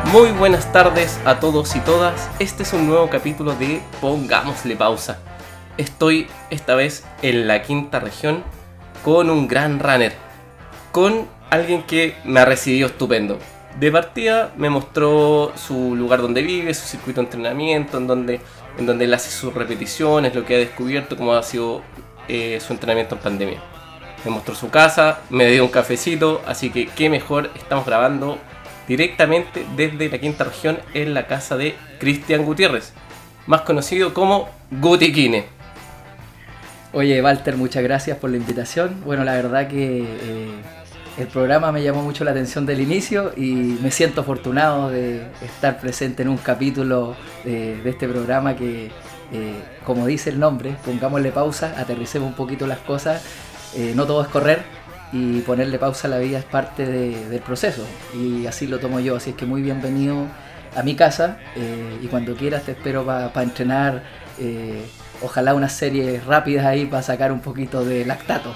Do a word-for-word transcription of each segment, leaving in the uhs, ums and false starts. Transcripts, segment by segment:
Muy buenas tardes a todos y todas. Este es un nuevo capítulo de Pongámosle Pausa. Estoy esta vez en la quinta región con un gran runner, con alguien que me ha recibido estupendo. De partida me mostró su lugar donde vive, su circuito de entrenamiento, en donde, en donde él hace sus repeticiones, lo que ha descubierto, cómo ha sido eh, su entrenamiento en pandemia. Me mostró su casa, me dio un cafecito, así que qué mejor, estamos grabando directamente desde la quinta región en la casa de Cristian Gutiérrez, más conocido como Guti Kine. Oye, Walter, muchas gracias por la invitación. Bueno, la verdad que eh, el programa me llamó mucho la atención del inicio y me siento afortunado de estar presente en un capítulo de, de este programa que, eh, como dice el nombre, pongámosle pausa, aterricemos un poquito las cosas. Eh, no todo es correr y ponerle pausa a la vida es parte de, del proceso y así lo tomo yo. Así es que muy bienvenido a mi casa eh, y cuando quieras te espero para pa entrenar. Eh, Ojalá unas series rápidas ahí para sacar un poquito de lactato.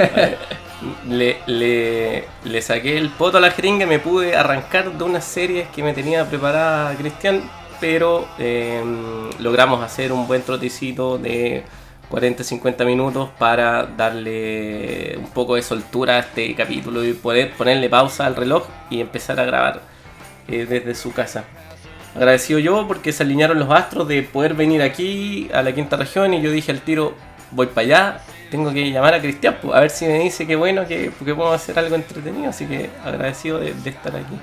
le, le, le saqué el poto a la jeringa y me pude arrancar de unas series que me tenía preparada Cristian, pero eh, logramos hacer un buen trotecito de cuarenta a cincuenta minutos para darle un poco de soltura a este capítulo y poder ponerle pausa al reloj y empezar a grabar eh, desde su casa. Agradecido yo porque se alinearon los astros de poder venir aquí a la quinta región y yo dije al tiro, voy para allá, tengo que llamar a Cristian a ver si me dice que bueno, que, que podemos hacer algo entretenido, así que agradecido de, de estar aquí.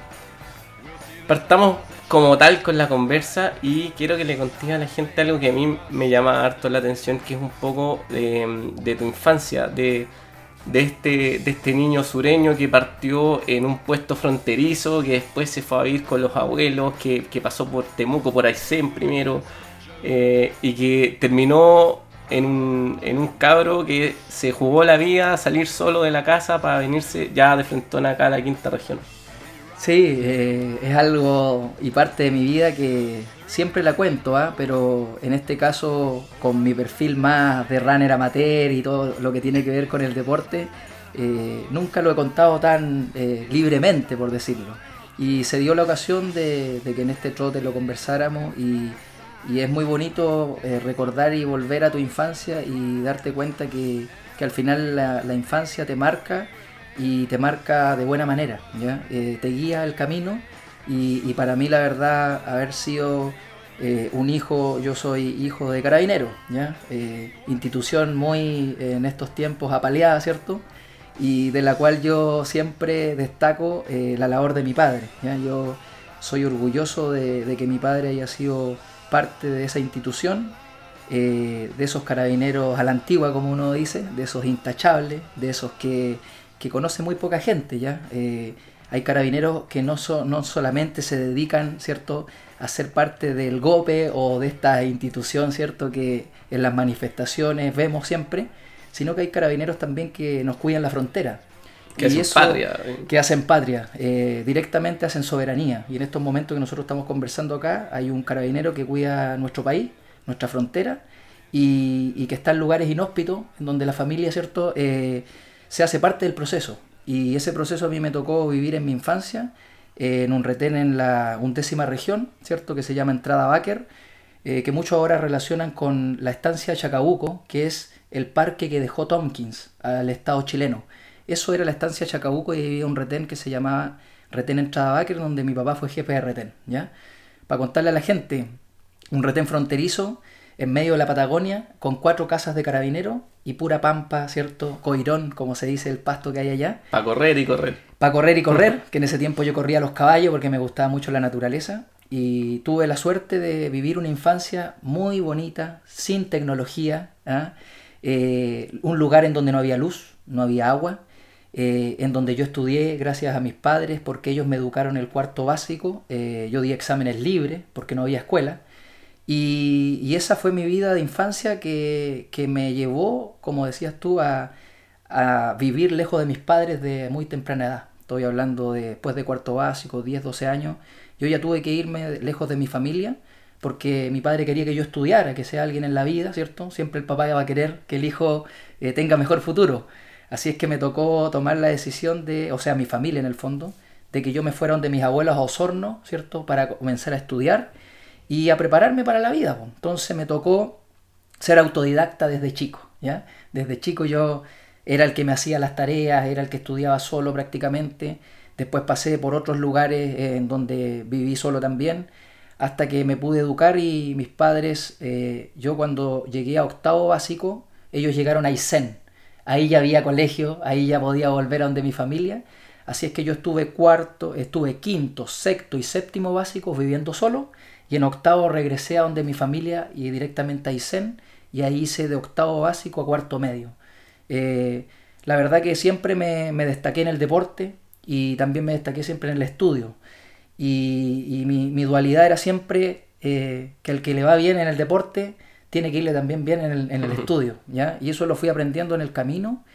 Partamos como tal con la conversa y quiero que le contes a la gente algo que a mí me llama harto la atención, que es un poco de, de tu infancia, de... De este, de este niño sureño que partió en un puesto fronterizo, que después se fue a vivir con los abuelos, que, que pasó por Temuco, por Aysén primero, eh, y que terminó en un, en un cabro que se jugó la vida a salir solo de la casa para venirse ya de frentón acá a la quinta región. Sí, eh, es algo y parte de mi vida que siempre la cuento, ¿eh? Pero en este caso con mi perfil más de runner amateur y todo lo que tiene que ver con el deporte, eh, nunca lo he contado tan eh, libremente, por decirlo. Y se dio la ocasión de, de que en este trote lo conversáramos y, y es muy bonito eh, recordar y volver a tu infancia y darte cuenta que, que al final la, la infancia te marca y te marca de buena manera, ¿ya? Eh, te guía el camino y, y para mí la verdad haber sido eh, un hijo, yo soy hijo de Carabineros, ¿ya? Eh, institución muy eh, en estos tiempos apaleada, ¿cierto? Y de la cual yo siempre destaco eh, la labor de mi padre, ¿ya? Yo soy orgulloso de, de que mi padre haya sido parte de esa institución, eh, de esos carabineros a la antigua, como uno dice, de esos intachables, de esos que que conoce muy poca gente, ¿ya? Eh, hay carabineros que no, so, no solamente se dedican, ¿cierto?, a ser parte del GOPE o de esta institución, ¿cierto?, que en las manifestaciones vemos siempre, sino que hay carabineros también que nos cuidan la frontera. Que hacen eso, patria. Que hacen patria, eh, directamente hacen soberanía. Y en estos momentos que nosotros estamos conversando acá, hay un carabinero que cuida nuestro país, nuestra frontera, y, y que está en lugares inhóspitos, en donde la familia, ¿cierto?, eh, se hace parte del proceso, y ese proceso a mí me tocó vivir en mi infancia, eh, en un retén en la undécima región, ¿cierto?, que se llama Entrada Báquer, eh, que muchos ahora relacionan con la estancia Chacabuco, que es el parque que dejó Tompkins al Estado chileno. Eso era la estancia Chacabuco y había un retén que se llamaba Retén Entrada Báquer, donde mi papá fue jefe de retén, ¿ya? Para contarle a la gente, un retén fronterizo en medio de la Patagonia, con cuatro casas de carabineros y pura pampa, ¿cierto? Coirón, como se dice el pasto que hay allá. Para correr y correr. Para correr y correr, que en ese tiempo yo corría a los caballos porque me gustaba mucho la naturaleza. Y tuve la suerte de vivir una infancia muy bonita, sin tecnología, ¿eh? Eh, un lugar en donde no había luz, no había agua, eh, en donde yo estudié gracias a mis padres porque ellos me educaron el cuarto básico. Eh, yo di exámenes libres porque no había escuela. Y, y esa fue mi vida de infancia que, que me llevó, como decías tú, a, a vivir lejos de mis padres de muy temprana edad. Estoy hablando de después de cuarto básico, diez, doce años. Yo ya tuve que irme lejos de mi familia porque mi padre quería que yo estudiara, que sea alguien en la vida, ¿cierto? Siempre el papá va a querer que el hijo eh, tenga mejor futuro. Así es que me tocó tomar la decisión de, o sea, mi familia en el fondo, de que yo me fuera donde mis abuelos a Osorno, ¿cierto? Para comenzar a estudiar y a prepararme para la vida, pues. Entonces me tocó ser autodidacta desde chico, ¿ya? Desde chico yo era el que me hacía las tareas, era el que estudiaba solo prácticamente. Después pasé por otros lugares eh, en donde viví solo también, hasta que me pude educar y mis padres, eh, yo cuando llegué a octavo básico, ellos llegaron a Aysén. Ahí ya había colegio, ahí ya podía volver a donde mi familia. Así es que yo estuve cuarto, estuve quinto, sexto y séptimo básicos viviendo solo, y en octavo regresé a donde mi familia y directamente a Aysén, y ahí hice de octavo básico a cuarto medio. Eh, la verdad que siempre me, me destaqué en el deporte y también me destaqué siempre en el estudio. Y, y mi, mi dualidad era siempre eh, que al que le va bien en el deporte tiene que irle también bien en el, en el estudio, ¿ya? Y eso lo fui aprendiendo en el camino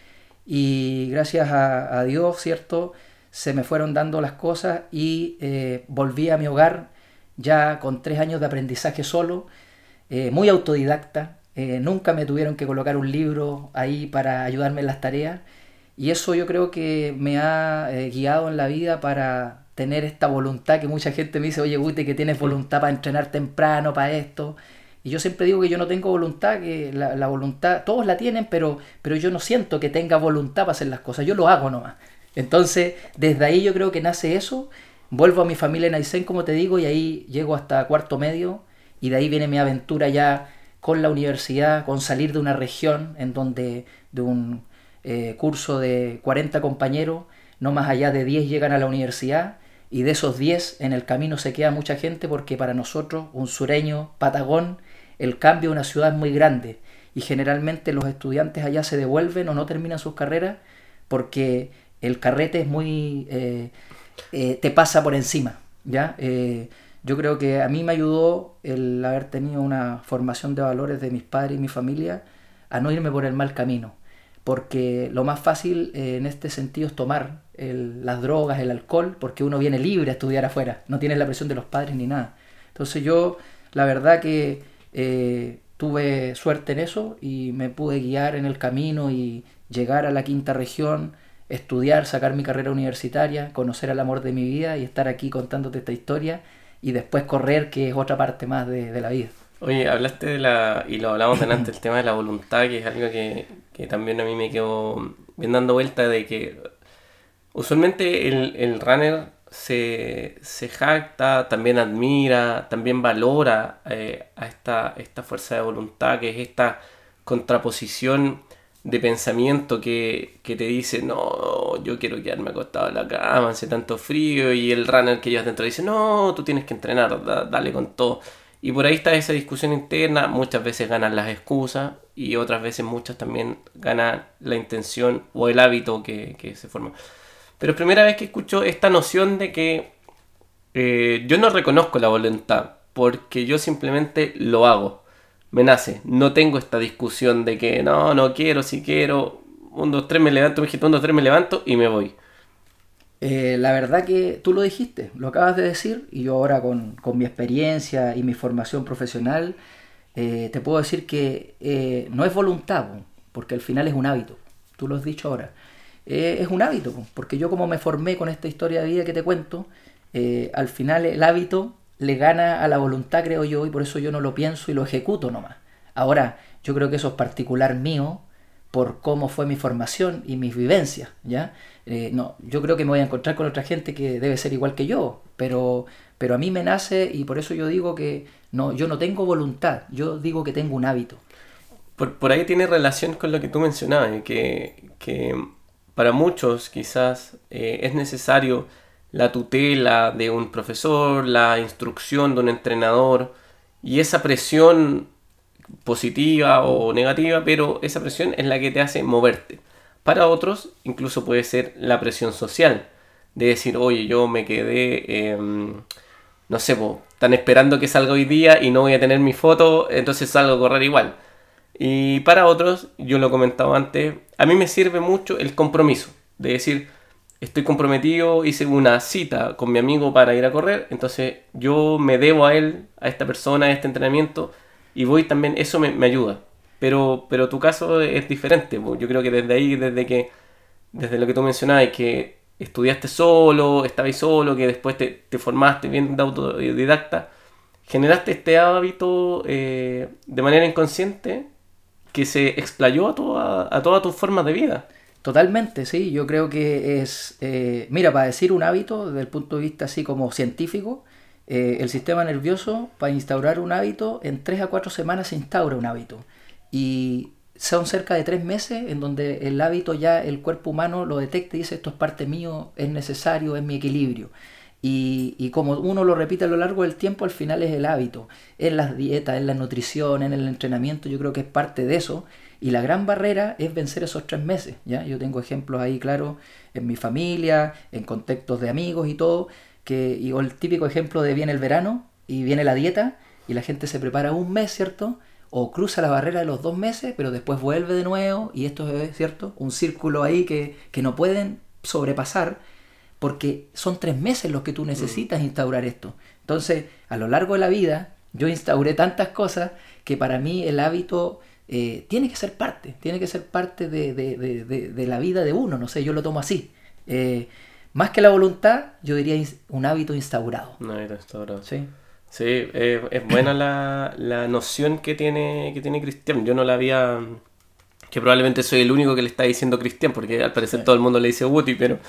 y gracias a, a Dios, ¿cierto? Se me fueron dando las cosas y eh, volví a mi hogar ya con tres años de aprendizaje solo, eh, muy autodidacta. Eh, nunca me tuvieron que colocar un libro ahí para ayudarme en las tareas, y eso yo creo que me ha eh, guiado en la vida para tener esta voluntad que mucha gente me dice, oye Guti, que tienes voluntad para entrenar temprano, para esto. Y yo siempre digo que yo no tengo voluntad, que la, la voluntad, todos la tienen, pero, pero yo no siento que tenga voluntad para hacer las cosas, yo lo hago nomás. Entonces, desde ahí yo creo que nace eso. Vuelvo a mi familia en Aysén, como te digo, y ahí llego hasta cuarto medio, y de ahí viene mi aventura ya con la universidad, con salir de una región en donde de un eh, curso de cuarenta compañeros, no más allá de diez llegan a la universidad, y de esos diez en el camino se queda mucha gente, porque para nosotros, un sureño, Patagón, el cambio de una ciudad es muy grande, y generalmente los estudiantes allá se devuelven o no terminan sus carreras porque el carrete es muy... Eh, eh, te pasa por encima, ¿ya? Eh, Yo creo que a mí me ayudó el haber tenido una formación de valores de mis padres y mi familia a no irme por el mal camino, porque lo más fácil eh, en este sentido es tomar el, las drogas, el alcohol, porque uno viene libre a estudiar afuera, no tienes la presión de los padres ni nada. Entonces yo, la verdad que eh, tuve suerte en eso y me pude guiar en el camino y llegar a la quinta región, estudiar, sacar mi carrera universitaria, conocer al amor de mi vida y estar aquí contándote esta historia, y después correr, que es otra parte más de, de la vida. Oye, hablaste de la, y lo hablamos delante, el tema de la voluntad, que es algo que, que también a mí me quedó bien dando vuelta, de que usualmente el, el runner se, se jacta, también admira, también valora eh, a esta, esta fuerza de voluntad, que es esta contraposición de pensamiento que, que te dice, no, yo quiero quedarme acostado en la cama, hace tanto frío, y el runner que llevas dentro dice, no, tú tienes que entrenar, da, dale con todo. Y por ahí está esa discusión interna, muchas veces ganan las excusas y otras veces muchas también ganan la intención o el hábito que, que se forma. Pero es primera vez que escucho esta noción de que eh, yo no reconozco la voluntad, porque yo simplemente lo hago. Me nace, no tengo esta discusión de que no, no quiero, si quiero, un, dos, tres me levanto, me un, dos, tres me levanto y me voy. Eh, la verdad que tú lo dijiste, lo acabas de decir, y yo ahora con, con mi experiencia y mi formación profesional eh, te puedo decir que eh, no es voluntad, porque al final es un hábito, tú lo has dicho ahora. Eh, es un hábito, porque yo como me formé con esta historia de vida que te cuento, eh, al final el hábito le gana a la voluntad, creo yo, y por eso yo no lo pienso y lo ejecuto nomás. Ahora, yo creo que eso es particular mío por cómo fue mi formación y mis vivencias, ¿ya? Eh, no, yo creo que me voy a encontrar con otra gente que debe ser igual que yo, pero, pero a mí me nace, y por eso yo digo que no, yo no tengo voluntad, yo digo que tengo un hábito. Por, por ahí tiene relación con lo que tú mencionabas, que, que para muchos quizás eh, es necesario la tutela de un profesor, la instrucción de un entrenador, y esa presión positiva o negativa, pero esa presión es la que te hace moverte. Para otros incluso puede ser la presión social, de decir, oye, yo me quedé, eh, no sé, po, están esperando que salga hoy día y no voy a tener mi foto, entonces salgo a correr igual. Y para otros, yo lo comentaba antes, a mí me sirve mucho el compromiso, de decir, estoy comprometido, hice una cita con mi amigo para ir a correr, entonces yo me debo a él, a esta persona, a este entrenamiento, y voy también, eso me, me ayuda. Pero, pero tu caso es diferente, yo creo que desde ahí, desde que desde lo que tú mencionabas, que estudiaste solo, estabas solo, que después te, te formaste bien de autodidacta, generaste este hábito eh, de manera inconsciente que se explayó a, toda, a todas tus formas de vida. Totalmente, sí. Yo creo que es, eh, mira, para decir un hábito, desde el punto de vista así como científico, eh, el sistema nervioso, para instaurar un hábito, en tres a cuatro semanas se instaura un hábito. Y son cerca de tres meses en donde el hábito ya el cuerpo humano lo detecta y dice, esto es parte mío, es necesario, es mi equilibrio. Y, y como uno lo repite a lo largo del tiempo, al final es el hábito. En las dietas, en la nutrición, en el entrenamiento, yo creo que es parte de eso. Y la gran barrera es vencer esos tres meses, ¿ya? Yo tengo ejemplos ahí, claro, en mi familia, en contextos de amigos y todo, que, y el típico ejemplo de viene el verano y viene la dieta y la gente se prepara un mes, ¿cierto? O cruza la barrera de los dos meses, pero después vuelve de nuevo y esto es, ¿cierto? Un círculo ahí que, que no pueden sobrepasar porque son tres meses los que tú necesitas instaurar esto. Entonces, a lo largo de la vida, yo instauré tantas cosas que para mí el hábito eh, tiene que ser parte, tiene que ser parte de, de, de, de, de la vida de uno, no sé, yo lo tomo así. Eh, más que la voluntad, yo diría un hábito instaurado. Un hábito instaurado. Sí. Sí, eh, es buena la, la noción que tiene, que tiene Cristian. Yo no la había... Que probablemente soy el único que le está diciendo Cristian, porque al parecer sí. Todo el mundo le dice Guti, pero...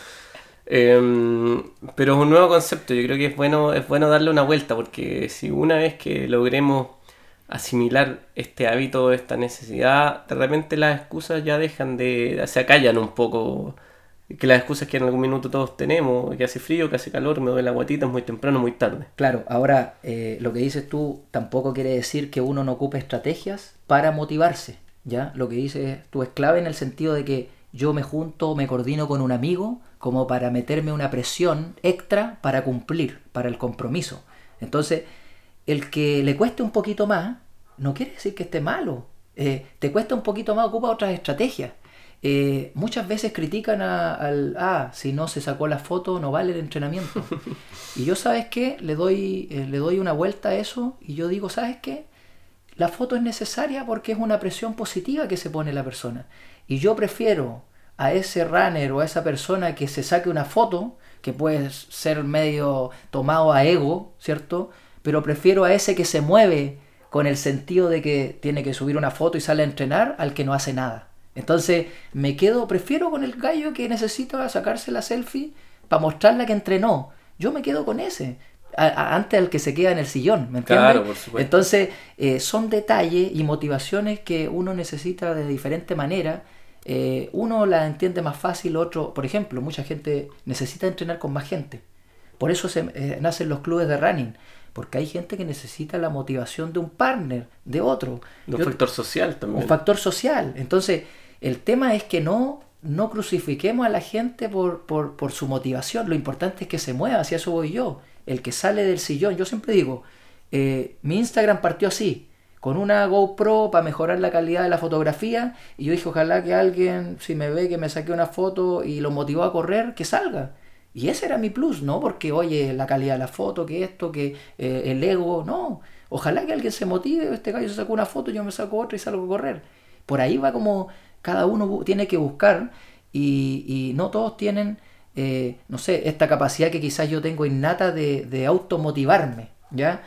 Eh, pero es un nuevo concepto. Yo creo que es bueno, es bueno darle una vuelta, porque si una vez que logremos asimilar este hábito, esta necesidad, de repente las excusas ya dejan de... se acallan un poco... Que las excusas que en algún minuto todos tenemos, que hace frío, que hace calor, me duele la guatita, es muy temprano, muy tarde. Claro, ahora eh, lo que dices tú tampoco quiere decir que uno no ocupe estrategias para motivarse, ¿ya? Lo que dices tú es clave en el sentido de que yo me junto, me coordino con un amigo como para meterme una presión extra para cumplir, para el compromiso. Entonces, el que le cueste un poquito más, no quiere decir que esté malo. Eh, te cuesta un poquito más, ocupa otras estrategias. Eh, muchas veces critican a, al ah, si no se sacó la foto no vale el entrenamiento. Y yo, ¿sabes qué? Le doy, eh, le doy una vuelta a eso y yo digo, ¿sabes qué? La foto es necesaria porque es una presión positiva que se pone la persona. Y yo prefiero a ese runner o a esa persona que se saque una foto, que puede ser medio tomado a ego, ¿cierto? Pero prefiero a ese que se mueve con el sentido de que tiene que subir una foto y sale a entrenar al que no hace nada. Entonces me quedo, prefiero con el gallo que necesita sacarse la selfie para mostrarla que entrenó. Yo me quedo con ese, a, a, antes al que se queda en el sillón, ¿me entiendes? Claro, por supuesto. Entonces eh, son detalles y motivaciones que uno necesita de diferente manera. Eh, uno la entiende más fácil, otro, por ejemplo, mucha gente necesita entrenar con más gente. Por eso se eh, nacen los clubes de running. Porque hay gente que necesita la motivación de un partner, de otro. Un Yo, factor social también. Un factor social. Entonces, el tema es que no, no crucifiquemos a la gente por, por, por su motivación. Lo importante es que se mueva, hacia eso voy yo. El que sale del sillón. Yo siempre digo, eh, mi Instagram partió así, con una GoPro para mejorar la calidad de la fotografía. Y yo dije, ojalá que alguien, si me ve que me saqué una foto y lo motivó a correr, que salga. Y ese era mi plus, ¿no? Porque, oye, la calidad de la foto, que esto, que eh, el ego, no. Ojalá que alguien se motive, este gallo se sacó una foto, yo me saco otra y salgo a correr. Por ahí va como cada uno tiene que buscar y, y no todos tienen, eh, no sé, esta capacidad que quizás yo tengo innata de, de automotivarme, ¿ya?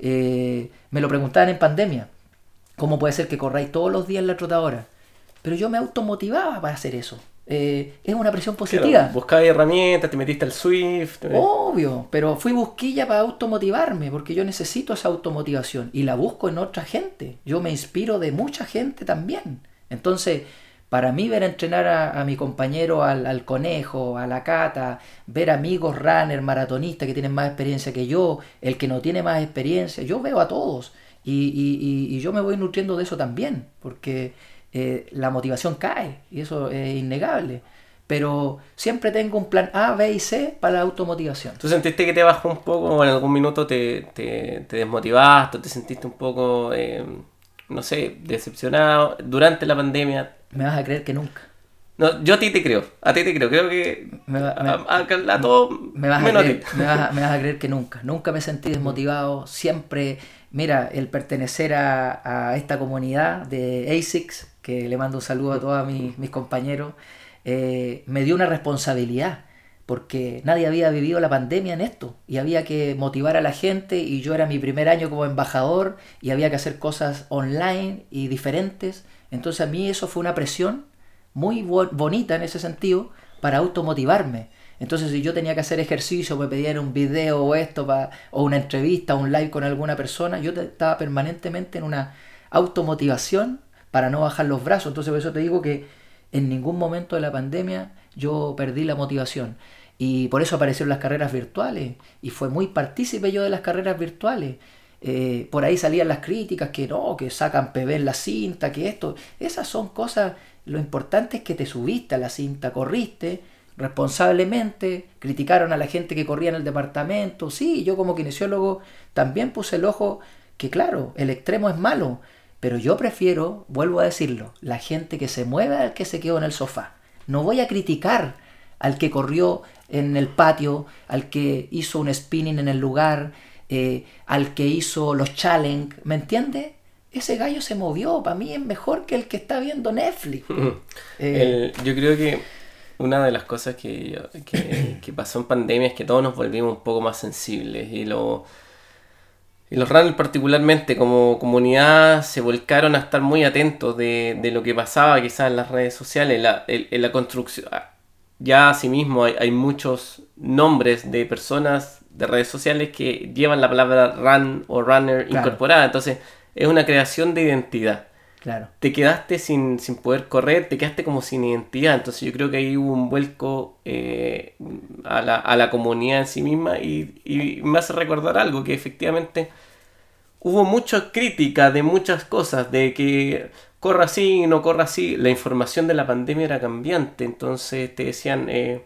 Eh, me lo preguntaban en pandemia, ¿cómo puede ser que corráis todos los días en la trotadora? Pero yo me automotivaba para hacer eso. Eh, es una presión positiva. Claro, buscabas herramientas, te metiste al Swift. Obvio, pero fui busquilla para automotivarme, porque yo necesito esa automotivación y la busco en otra gente. Yo me inspiro de mucha gente también. Entonces, para mí ver entrenar a, a mi compañero, al, al Conejo, a la Cata, ver amigos runner, maratonistas que tienen más experiencia que yo, el que no tiene más experiencia, yo veo a todos y, y, y, y yo me voy nutriendo de eso también, porque Eh, la motivación cae y eso es innegable, pero siempre tengo un plan A, B y C para la automotivación. ¿Tú sentiste que te bajó un poco o en algún minuto te, te, te desmotivaste o te sentiste un poco, eh, no sé, decepcionado durante la pandemia? Me vas a creer que nunca. No, yo a ti te creo, a ti te creo, creo que me va, me, a, a, a, a todo me vas a creer, me, vas a, me vas a creer que nunca, nunca me sentí desmotivado, siempre, mira, el pertenecer a, a esta comunidad de A S I C S, que le mando un saludo a todos mis, mis compañeros, eh, me dio una responsabilidad, porque nadie había vivido la pandemia en esto y había que motivar a la gente y yo era mi primer año como embajador y había que hacer cosas online y diferentes. Entonces a mí eso fue una presión muy bo- bonita en ese sentido para automotivarme. Entonces si yo tenía que hacer ejercicio, me pedían un video o esto pa, o una entrevista, un live con alguna persona, yo te- estaba permanentemente en una automotivación para no bajar los brazos. Entonces por eso te digo que en ningún momento de la pandemia yo perdí la motivación. Y por eso aparecieron las carreras virtuales. Y fue muy partícipe yo de las carreras virtuales. Eh, por ahí salían las críticas que no, que sacan P B en la cinta, que esto. Esas son cosas. Lo importante es que te subiste a la cinta, corriste responsablemente, criticaron a la gente que corría en el departamento. Sí, yo como kinesiólogo también puse el ojo que claro, el extremo es malo. Pero yo prefiero, vuelvo a decirlo, la gente que se mueve al que se quedó en el sofá. No voy a criticar al que corrió en el patio, al que hizo un spinning en el lugar, eh, al que hizo los challenge, ¿me entiendes? Ese gallo se movió, para mí es mejor que el que está viendo Netflix. eh, el, yo creo que una de las cosas que, yo, que, que pasó en pandemia es que todos nos volvimos un poco más sensibles y, lo, y los runners particularmente como comunidad se volcaron a estar muy atentos de, de lo que pasaba quizás en las redes sociales, la, en, en la construcción. Ya asimismo hay, hay muchos nombres de personas de redes sociales que llevan la palabra run o runner claro. incorporada. Entonces es una creación de identidad. Claro. Te quedaste sin, sin poder correr, te quedaste como sin identidad. Entonces yo creo que ahí hubo un vuelco eh, a, la, a la comunidad en sí misma y, y me hace recordar algo, que efectivamente hubo mucha crítica de muchas cosas, de que corra así, no corra así. La información de la pandemia era cambiante, entonces te decían, eh,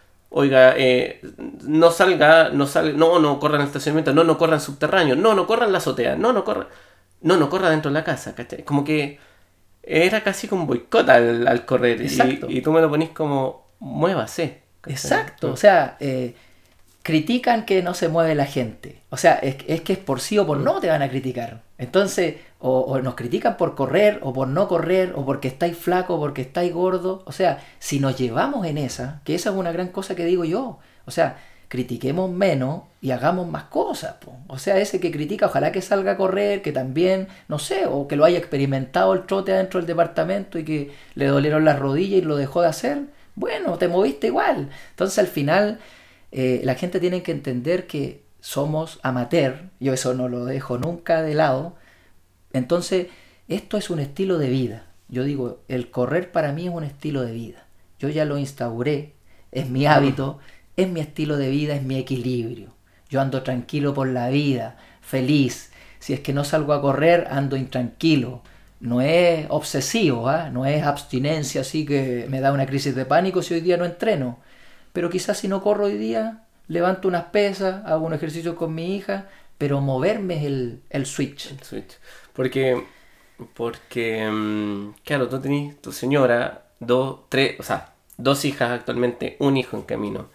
oiga, eh, no salga, no salga, no, no corra en el estacionamiento, no, no corra en subterráneo, no, no corra en la azotea, no, no corra, no, no corra dentro de la casa, ¿cachai? Como que era casi como un boicot al, al correr. Exacto. Y, y tú me lo ponís como, muévase. ¿Cachai? Exacto, o sea, eh, critican que no se mueve la gente. O sea, es, es que es por sí o por no te van a criticar. Entonces, o, o nos critican por correr, o por no correr, o porque estáis flaco, o porque estáis gordo. O sea, si nos llevamos en esa, que esa es una gran cosa que digo yo. O sea, critiquemos menos y hagamos más cosas, po. O sea, ese que critica, ojalá que salga a correr, que también, no sé, o que lo haya experimentado el trote adentro del departamento y que le dolieron las rodillas y lo dejó de hacer. Bueno, te moviste igual. Entonces, al final, eh, la gente tiene que entender que somos amateur, yo eso no lo dejo nunca de lado. Entonces, esto es un estilo de vida. Yo digo, el correr para mí es un estilo de vida. Yo ya lo instauré, es mi hábito, es mi estilo de vida, es mi equilibrio. Yo ando tranquilo por la vida, feliz. Si es que no salgo a correr, ando intranquilo. No es obsesivo, ¿eh? No es abstinencia así que me da una crisis de pánico si hoy día no entreno. Pero quizás si no corro hoy día, levanto unas pesas, hago un ejercicio con mi hija, pero moverme es el, el switch. El switch. Porque, porque claro, tú tenés tu señora, dos, tres, o sea, dos hijas actualmente, un hijo en camino.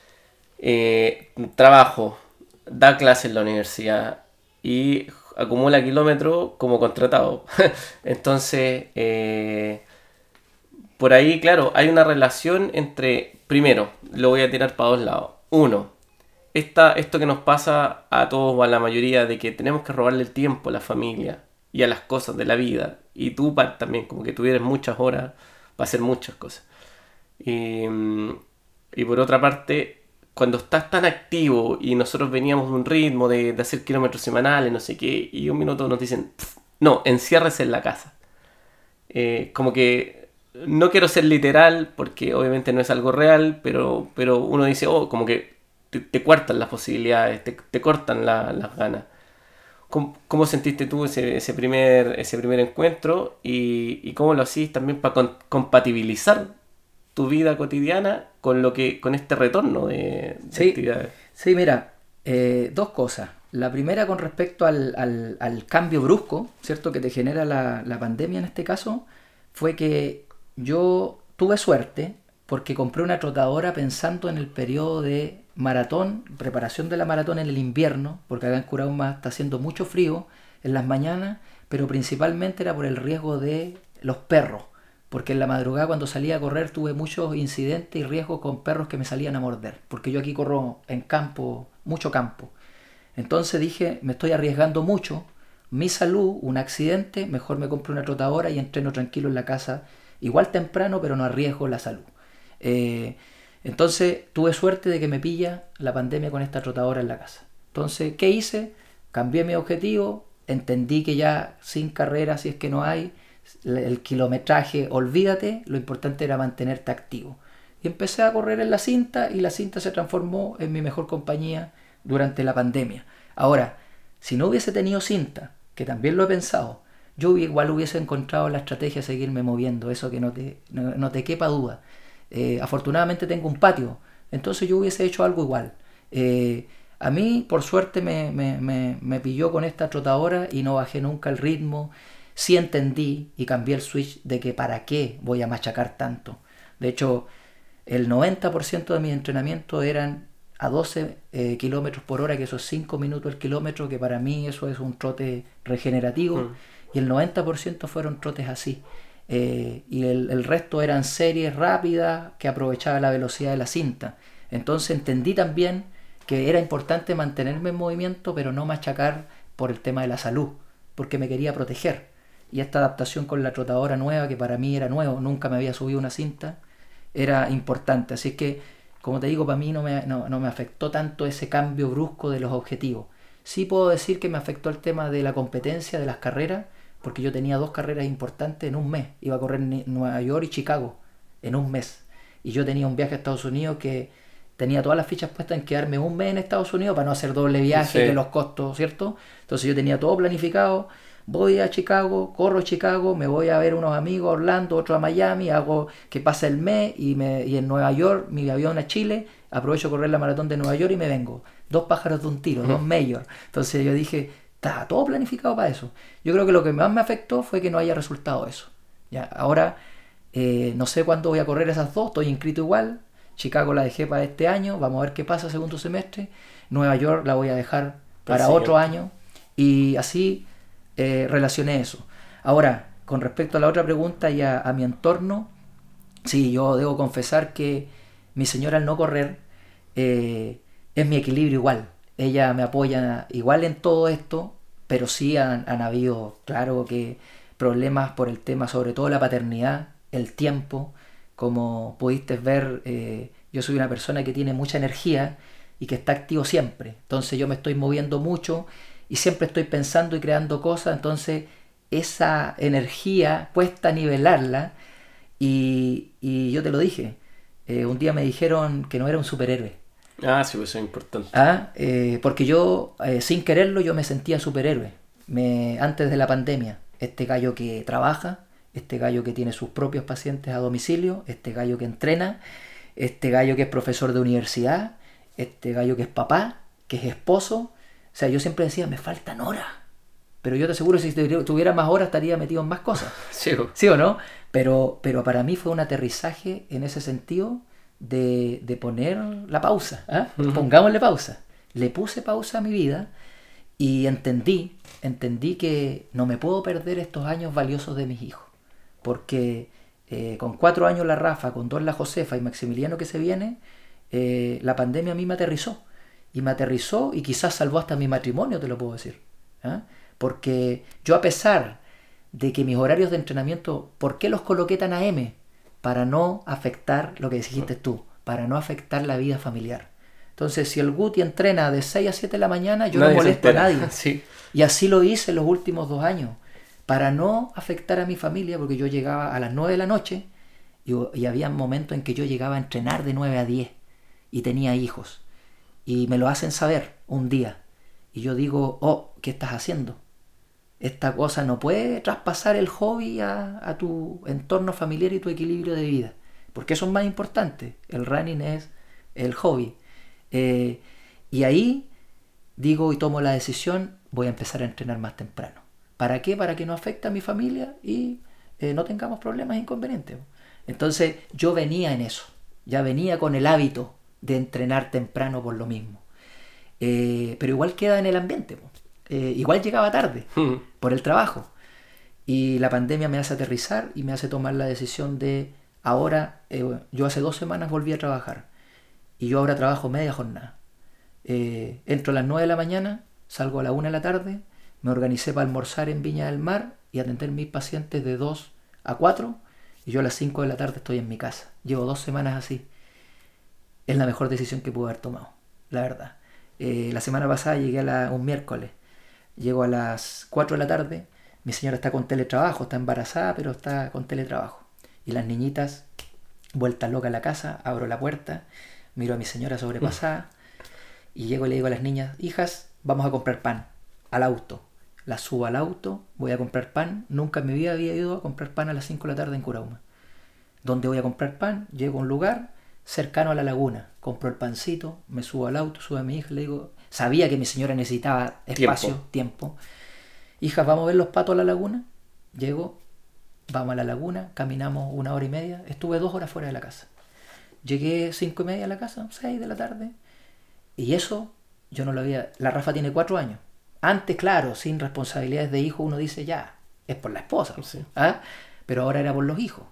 Eh, trabajo, da clases en la universidad y acumula kilómetros como contratado. Entonces, eh, por ahí, claro, hay una relación entre, primero, lo voy a tirar para dos lados. Uno, esta, esto que nos pasa a todos o a la mayoría de que tenemos que robarle el tiempo a la familia y a las cosas de la vida. Y tú también, como que tuvieras muchas horas para hacer muchas cosas. Y, y por otra parte, cuando estás tan activo y nosotros veníamos de un ritmo de, de hacer kilómetros semanales, no sé qué, y un minuto nos dicen, no, enciérrese en la casa. Eh, como que no quiero ser literal porque obviamente no es algo real, pero, pero uno dice, oh, como que te, te cortan las posibilidades, te, te cortan la, las ganas. ¿Cómo, cómo sentiste tú ese, ese, primer, ese primer encuentro y, y cómo lo hacís también para con, compatibilizar tu vida cotidiana con lo que con este retorno de, de sí, actividades? Sí, mira, eh, dos cosas. La primera con respecto al, al, al cambio brusco, ¿cierto?, que te genera la, la pandemia en este caso, fue que yo tuve suerte porque compré una trotadora pensando en el periodo de maratón, preparación de la maratón en el invierno, porque acá en Curauma está haciendo mucho frío en las mañanas, pero principalmente era por el riesgo de los perros. porque en la madrugada cuando salía a correr tuve muchos incidentes y riesgos con perros que me salían a morder, porque yo aquí corro en campo, mucho campo. Entonces dije, me estoy arriesgando mucho, mi salud, un accidente, mejor me compro una trotadora y entreno tranquilo en la casa, igual temprano, pero no arriesgo la salud. Eh, entonces tuve suerte de que me pilla la pandemia con esta trotadora en la casa. Entonces, ¿qué hice? Cambié mi objetivo, entendí que ya sin carrera, si es que no hay, el kilometraje, olvídate, lo importante era mantenerte activo. Y empecé a correr en la cinta y la cinta se transformó en mi mejor compañía durante la pandemia. Ahora, si no hubiese tenido cinta, que también lo he pensado, yo igual hubiese encontrado la estrategia de seguirme moviendo, eso que no te, no, no te quepa duda. Eh, afortunadamente tengo un patio, entonces yo hubiese hecho algo igual. Eh, A mí, por suerte, me, me, me, me pilló con esta trotadora y no bajé nunca el ritmo. Sí entendí y cambié el switch de que para qué voy a machacar tanto. De hecho, el noventa por ciento de mis entrenamientos eran a doce eh, kilómetros por hora, que eso es cinco minutos el kilómetro, que para mí eso es un trote regenerativo. Mm. Y el noventa por ciento fueron trotes así. Eh, y el, el resto eran series rápidas que aprovechaba la velocidad de la cinta. Entonces entendí también que era importante mantenerme en movimiento, pero no machacar por el tema de la salud, porque me quería proteger. Y esta adaptación con la trotadora nueva, que para mí era nuevo, nunca me había subido una cinta, era importante. Así que, como te digo, para mí no me, no, no me afectó tanto ese cambio brusco de los objetivos. Sí puedo decir que me afectó el tema de la competencia, de las carreras, porque yo tenía dos carreras importantes en un mes. Iba a correr en Nueva York y Chicago en un mes. Y yo tenía un viaje a Estados Unidos que tenía todas las fichas puestas en quedarme un mes en Estados Unidos para no hacer doble viaje, sí, que los costos, ¿cierto? Entonces yo tenía todo planificado, voy a Chicago, corro a Chicago, me voy a ver unos amigos a Orlando, otros a Miami, hago que pase el mes y, me, y en Nueva York, mi avión a Chile, aprovecho a correr la maratón de Nueva York y me vengo. Dos pájaros de un tiro, uh-huh. dos majors. Entonces yo dije, está todo planificado para eso. Yo creo que lo que más me afectó fue que no haya resultado eso. Ya, ahora eh, no sé cuándo voy a correr esas dos, estoy inscrito igual. Chicago la dejé para este año, vamos a ver qué pasa segundo semestre. Nueva York la voy a dejar para sí, otro año y así eh, relacioné eso. Ahora, con respecto a la otra pregunta y a, a mi entorno, sí, yo debo confesar que mi señora al no correr eh, es mi equilibrio igual. Ella me apoya igual en todo esto, pero sí han, han habido, claro que problemas por el tema, sobre todo la paternidad, el tiempo. Como pudiste ver, eh, yo soy una persona que tiene mucha energía y que está activo siempre. Entonces yo me estoy moviendo mucho y siempre estoy pensando y creando cosas. Entonces esa energía cuesta nivelarla y, y yo te lo dije. Eh, un día me dijeron que no era un superhéroe. Ah, sí, pues eso es importante. Ah, eh, porque yo, eh, sin quererlo, yo me sentía superhéroe. Me, antes de la pandemia, este gallo que trabaja, este gallo que tiene sus propios pacientes a domicilio, este gallo que entrena, este gallo que es profesor de universidad, este gallo que es papá, que es esposo. O sea, yo siempre decía, me faltan horas. Pero yo te aseguro que si tuviera más horas estaría metido en más cosas. Sí, ¿Sí o no? Pero, pero para mí fue un aterrizaje en ese sentido de, de poner la pausa. ¿eh? Uh-huh. Pongámosle pausa. Le puse pausa a mi vida y entendí, entendí que no me puedo perder estos años valiosos de mis hijos. Porque eh, con cuatro años la Rafa, con dos la Josefa y Maximiliano que se viene, eh, la pandemia a mí me aterrizó. Y me aterrizó y quizás salvó hasta mi matrimonio, te lo puedo decir. ¿eh? Porque yo, a pesar de que mis horarios de entrenamiento, ¿por qué los coloqué tan a eme? Para no afectar lo que dijiste tú, para no afectar la vida familiar. Entonces, si el Guti entrena de seis a siete de la mañana, yo nadie no molesto a nadie. Sí. Y así lo hice los últimos dos años. Para no afectar a mi familia, porque yo llegaba a las nueve de la noche y, y había momentos en que yo llegaba a entrenar de nueve a diez y tenía hijos. Y me lo hacen saber un día. Y yo digo, oh, ¿qué estás haciendo? Esta cosa no puede traspasar el hobby a, a tu entorno familiar y tu equilibrio de vida. Porque eso es más importante. El running es el hobby. Eh, y ahí digo y tomo la decisión, voy a empezar a entrenar más temprano. ¿Para qué? Para que no afecte a mi familia y eh, no tengamos problemas e inconvenientes. Entonces yo venía en eso, ya venía con el hábito de entrenar temprano por lo mismo. Eh, pero igual queda en el ambiente. Eh, igual llegaba tarde por el trabajo. Y la pandemia me hace aterrizar y me hace tomar la decisión de ahora, eh, yo hace dos semanas volví a trabajar y yo ahora trabajo media jornada. Eh, entro a las nueve de la mañana, salgo a la una de la tarde, me organicé para almorzar en Viña del Mar y atender mis pacientes de dos a cuatro y yo a las cinco de la tarde estoy en mi casa. Llevo dos semanas así. Es la mejor decisión que pude haber tomado, la verdad. Eh, la semana pasada llegué a la, un miércoles, llego a las cuatro de la tarde, mi señora está con teletrabajo, está embarazada pero está con teletrabajo. Y las niñitas, vueltas locas a la casa, abro la puerta, miro a mi señora sobrepasada y llego y le digo a las niñas, hijas, vamos a comprar pan, al auto. Las subo al auto, voy a comprar pan, nunca en mi vida había ido a comprar pan a las cinco de la tarde en Curauma. ¿Dónde voy a comprar pan? Llego a un lugar cercano a la laguna, compro el pancito, me subo al auto, subo a mi hija, le digo, sabía que mi señora necesitaba espacio, tiempo, tiempo. Hijas, ¿vamos a ver los patos a la laguna? Llego, vamos a la laguna, caminamos una hora y media, estuve dos horas fuera de la casa. Llegué cinco y media a la casa, seis de la tarde, y eso yo no lo había... La Rafa tiene cuatro años. Antes, claro, sin responsabilidades de hijo, uno dice ya, es por la esposa, sí. ¿Ah? Pero ahora era por los hijos.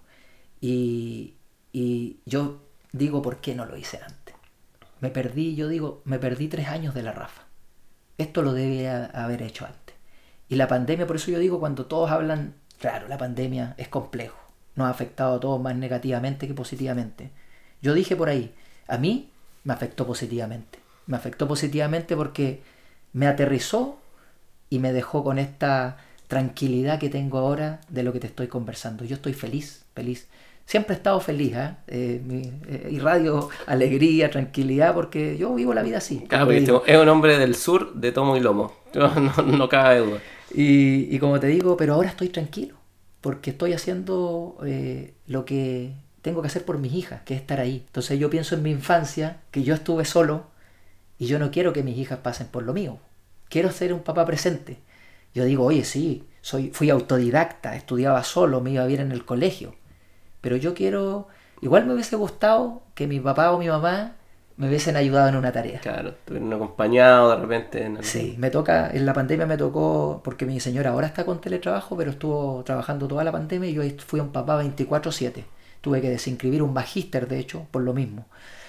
Y, y yo digo, ¿por qué no lo hice antes? Me perdí, yo digo, me perdí tres años de la Rafa. Esto lo debía haber hecho antes. Y la pandemia, por eso yo digo, cuando todos hablan, claro, la pandemia es complejo, nos ha afectado a todos más negativamente que positivamente. Yo dije por ahí, a mí me afectó positivamente. Me afectó positivamente porque me aterrizó y me dejó con esta tranquilidad que tengo ahora de lo que te estoy conversando. Yo estoy feliz, feliz. Siempre he estado feliz, ¿eh? Eh, mi, eh, irradio alegría, tranquilidad, porque yo vivo la vida así. Claro, porque este es un hombre del sur de tomo y lomo. No, no, no cabe duda. Y, y como te digo, pero ahora estoy tranquilo, porque estoy haciendo eh, lo que tengo que hacer por mis hijas, que es estar ahí. Entonces yo pienso en mi infancia, que yo estuve solo, y yo no quiero que mis hijas pasen por lo mío. Quiero ser un papá presente. Yo digo, oye, sí, soy, fui autodidacta, estudiaba solo, me iba bien en el colegio. Pero yo quiero... Igual me hubiese gustado que mi papá o mi mamá me hubiesen ayudado en una tarea. Claro, estuvieron acompañados de repente. En el... Sí, me toca... En la pandemia me tocó... Porque mi señora ahora está con teletrabajo, pero estuvo trabajando toda la pandemia y yo fui un papá veinticuatro siete. Tuve que desinscribir un magíster, de hecho, por lo mismo.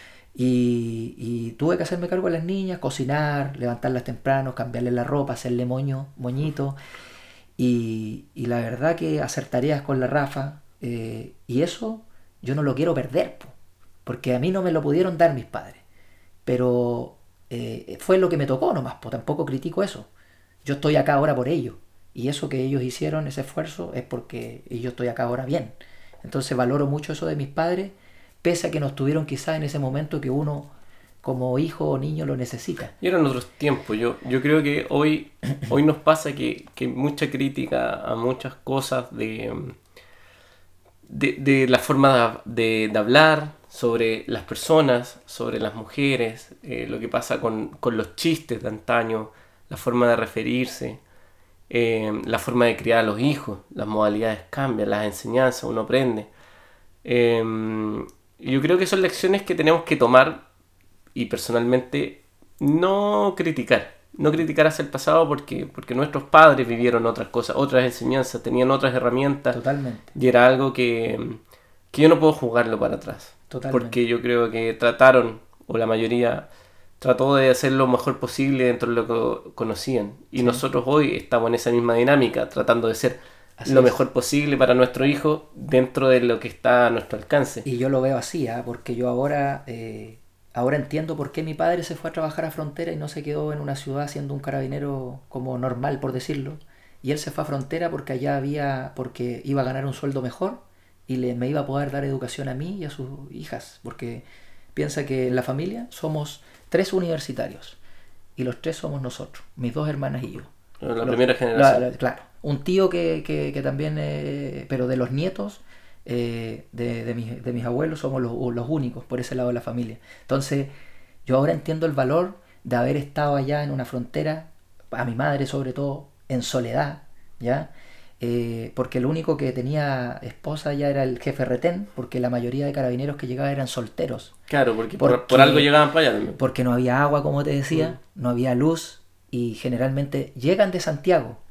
Y, y tuve que hacerme cargo de las niñas, cocinar, levantarlas temprano, cambiarles la ropa, hacerle moño, moñito. Y, y la verdad que hacer tareas con la Rafa... Eh, y eso yo no lo quiero perder, po, porque a mí no me lo pudieron dar mis padres, pero eh, fue lo que me tocó nomás, po, tampoco critico eso. Yo estoy acá ahora por ellos, y eso que ellos hicieron, ese esfuerzo, es porque yo estoy acá ahora bien. Entonces valoro mucho eso de mis padres, pese a que no estuvieron quizás en ese momento que uno como hijo o niño lo necesita. Y eran otros tiempos. Yo, yo creo que hoy, hoy nos pasa que, que mucha crítica a muchas cosas de... De, de la forma de, de hablar sobre las personas, sobre las mujeres, eh, lo que pasa con, con los chistes de antaño, la forma de referirse, eh, la forma de criar a los hijos, las modalidades cambian, las enseñanzas, uno aprende. Eh, yo creo que son lecciones que tenemos que tomar y personalmente no criticar. No criticar hacia el pasado porque, porque nuestros padres vivieron otras cosas, otras enseñanzas, tenían otras herramientas. Totalmente. Y era algo que, que yo no puedo jugarlo para atrás. Totalmente. Porque yo creo que trataron, o la mayoría, trató de hacer lo mejor posible dentro de lo que conocían. Y sí. Nosotros hoy estamos en esa misma dinámica, tratando de ser así lo es. mejor posible para nuestro hijo dentro de lo que está a nuestro alcance. Y yo lo veo así, ¿eh? Porque yo ahora... Eh... Ahora entiendo por qué mi padre se fue a trabajar a Frontera y no se quedó en una ciudad siendo un carabinero como normal, por decirlo. Y él se fue a Frontera porque allá había, porque iba a ganar un sueldo mejor y le, me iba a poder dar educación a mí y a sus hijas. Porque piensa que en la familia somos tres universitarios y los tres somos nosotros, mis dos hermanas y yo. La los, primera generación. La, la, claro. Un tío que, que, que también, eh, pero de los nietos... Eh, de, de, mis, de mis abuelos somos los, los únicos por ese lado de la familia. Entonces yo ahora entiendo el valor de haber estado allá en una frontera, a mi madre sobre todo, en soledad, ¿ya? Eh, porque el único que tenía esposa ya era el jefe retén, porque la mayoría de carabineros que llegaban eran solteros. Claro, porque, porque por, por algo llegaban para allá también. Porque no había agua, como te decía, mm. no había luz y generalmente llegan de Santiago,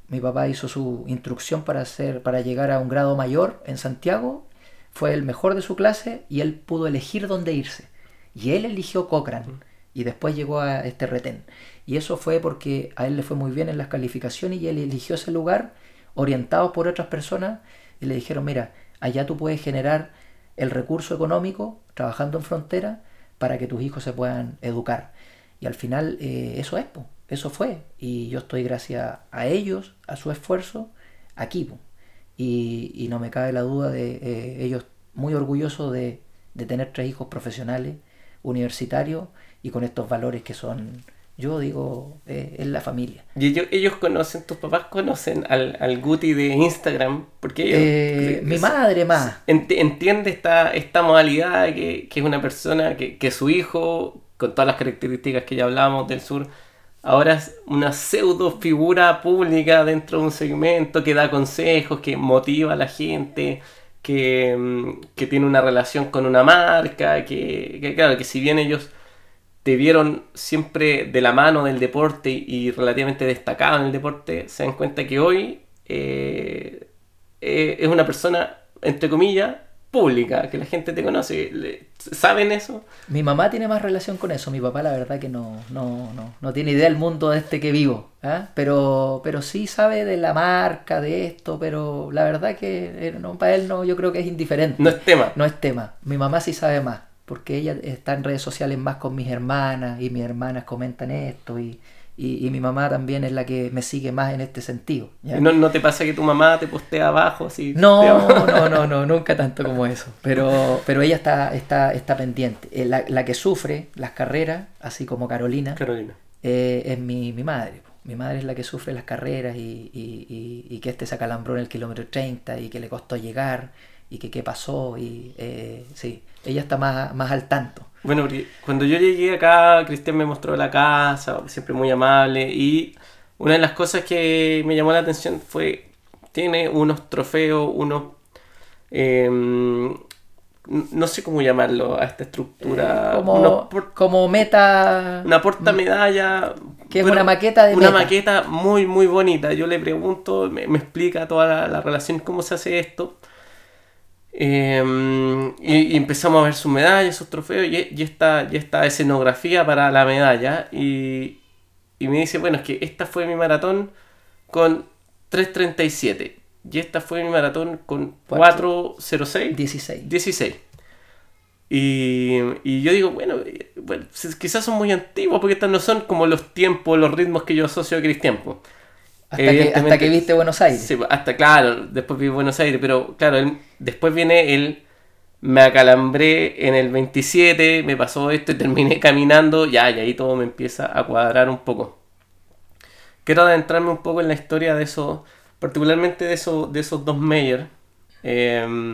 Mi papá hizo su instrucción para, hacer, para llegar a un grado mayor en Santiago, fue el mejor de su clase y él pudo elegir dónde irse. Y él eligió Cochrane y después llegó a este retén. Y eso fue porque a él le fue muy bien en las calificaciones y él eligió ese lugar orientado por otras personas y le dijeron, mira, allá tú puedes generar el recurso económico trabajando en frontera para que tus hijos se puedan educar. Y al final eh, eso es, po, eso fue. Y yo estoy gracias a ellos, a su esfuerzo, aquí. Po. Y, y no me cabe la duda de eh, ellos muy orgullosos de, de tener tres hijos profesionales, universitarios y con estos valores que son, yo digo, eh, es la familia. ¿Y ellos, ellos conocen, tus papás conocen al, al Guti de Instagram? Porque ellos, eh, mi madre más. Ent, entiende esta, esta modalidad que, que es una persona que, que su hijo, con todas las características que ya hablábamos del sur, ahora es una pseudo figura pública dentro de un segmento que da consejos, que motiva a la gente, que, que tiene una relación con una marca, que, que claro, que si bien ellos te vieron siempre de la mano del deporte y relativamente destacado en el deporte, se dan cuenta que hoy eh, eh, es una persona, entre comillas, pública, que la gente te conoce. ¿Saben eso? Mi mamá tiene más relación con eso, mi papá la verdad que no, no, no, no tiene idea del mundo de este que vivo, ¿eh? pero, pero sí sabe de la marca, de esto, pero la verdad que no, para él no, yo creo que es indiferente. No es tema. No es tema. Mi mamá sí sabe más, porque ella está en redes sociales más con mis hermanas y mis hermanas comentan esto y, y, y mi mamá también es la que me sigue más en este sentido. ¿Ya? ¿No, ¿No te pasa que tu mamá te postea abajo? Así, no, no, no, no, nunca tanto como eso, pero, pero ella está, está, está pendiente. Eh, la, la que sufre las carreras, así como Carolina, Carolina. Eh, es mi, mi madre. Mi madre es la que sufre las carreras y, y, y, y que este se acalambró en el kilómetro treinta y que le costó llegar y que qué pasó y eh, sí, ella está más, más al tanto. Bueno, porque cuando yo llegué acá, Cristian me mostró la casa, siempre muy amable, y una de las cosas que me llamó la atención fue, tiene unos trofeos, unos, eh, no sé cómo llamarlo a esta estructura, eh, como, por, como meta, una portamedalla, que es una maqueta de una meta. maqueta muy muy bonita. Yo le pregunto, me, me explica toda la, la relación, cómo se hace esto. Eh, y, y empezamos a ver sus medallas, sus trofeos y, y, esta, y esta escenografía para la medalla y, y me dice, bueno, es que esta fue mi maratón con tres treinta y siete y esta fue mi maratón con cuatro cero seis dieciséis y, y yo digo, bueno, bueno, quizás son muy antiguos porque estas no son como los tiempos, los ritmos que yo asocio a Cristian. Hasta que, hasta que viste Buenos Aires. Sí, hasta claro, después vi Buenos Aires, pero claro, él, después viene el me acalambré en el veintisiete, me pasó esto y terminé caminando, ya, y ahí todo me empieza a cuadrar un poco. Quiero adentrarme un poco en la historia de esos, particularmente de esos, de esos dos Meyer, eh,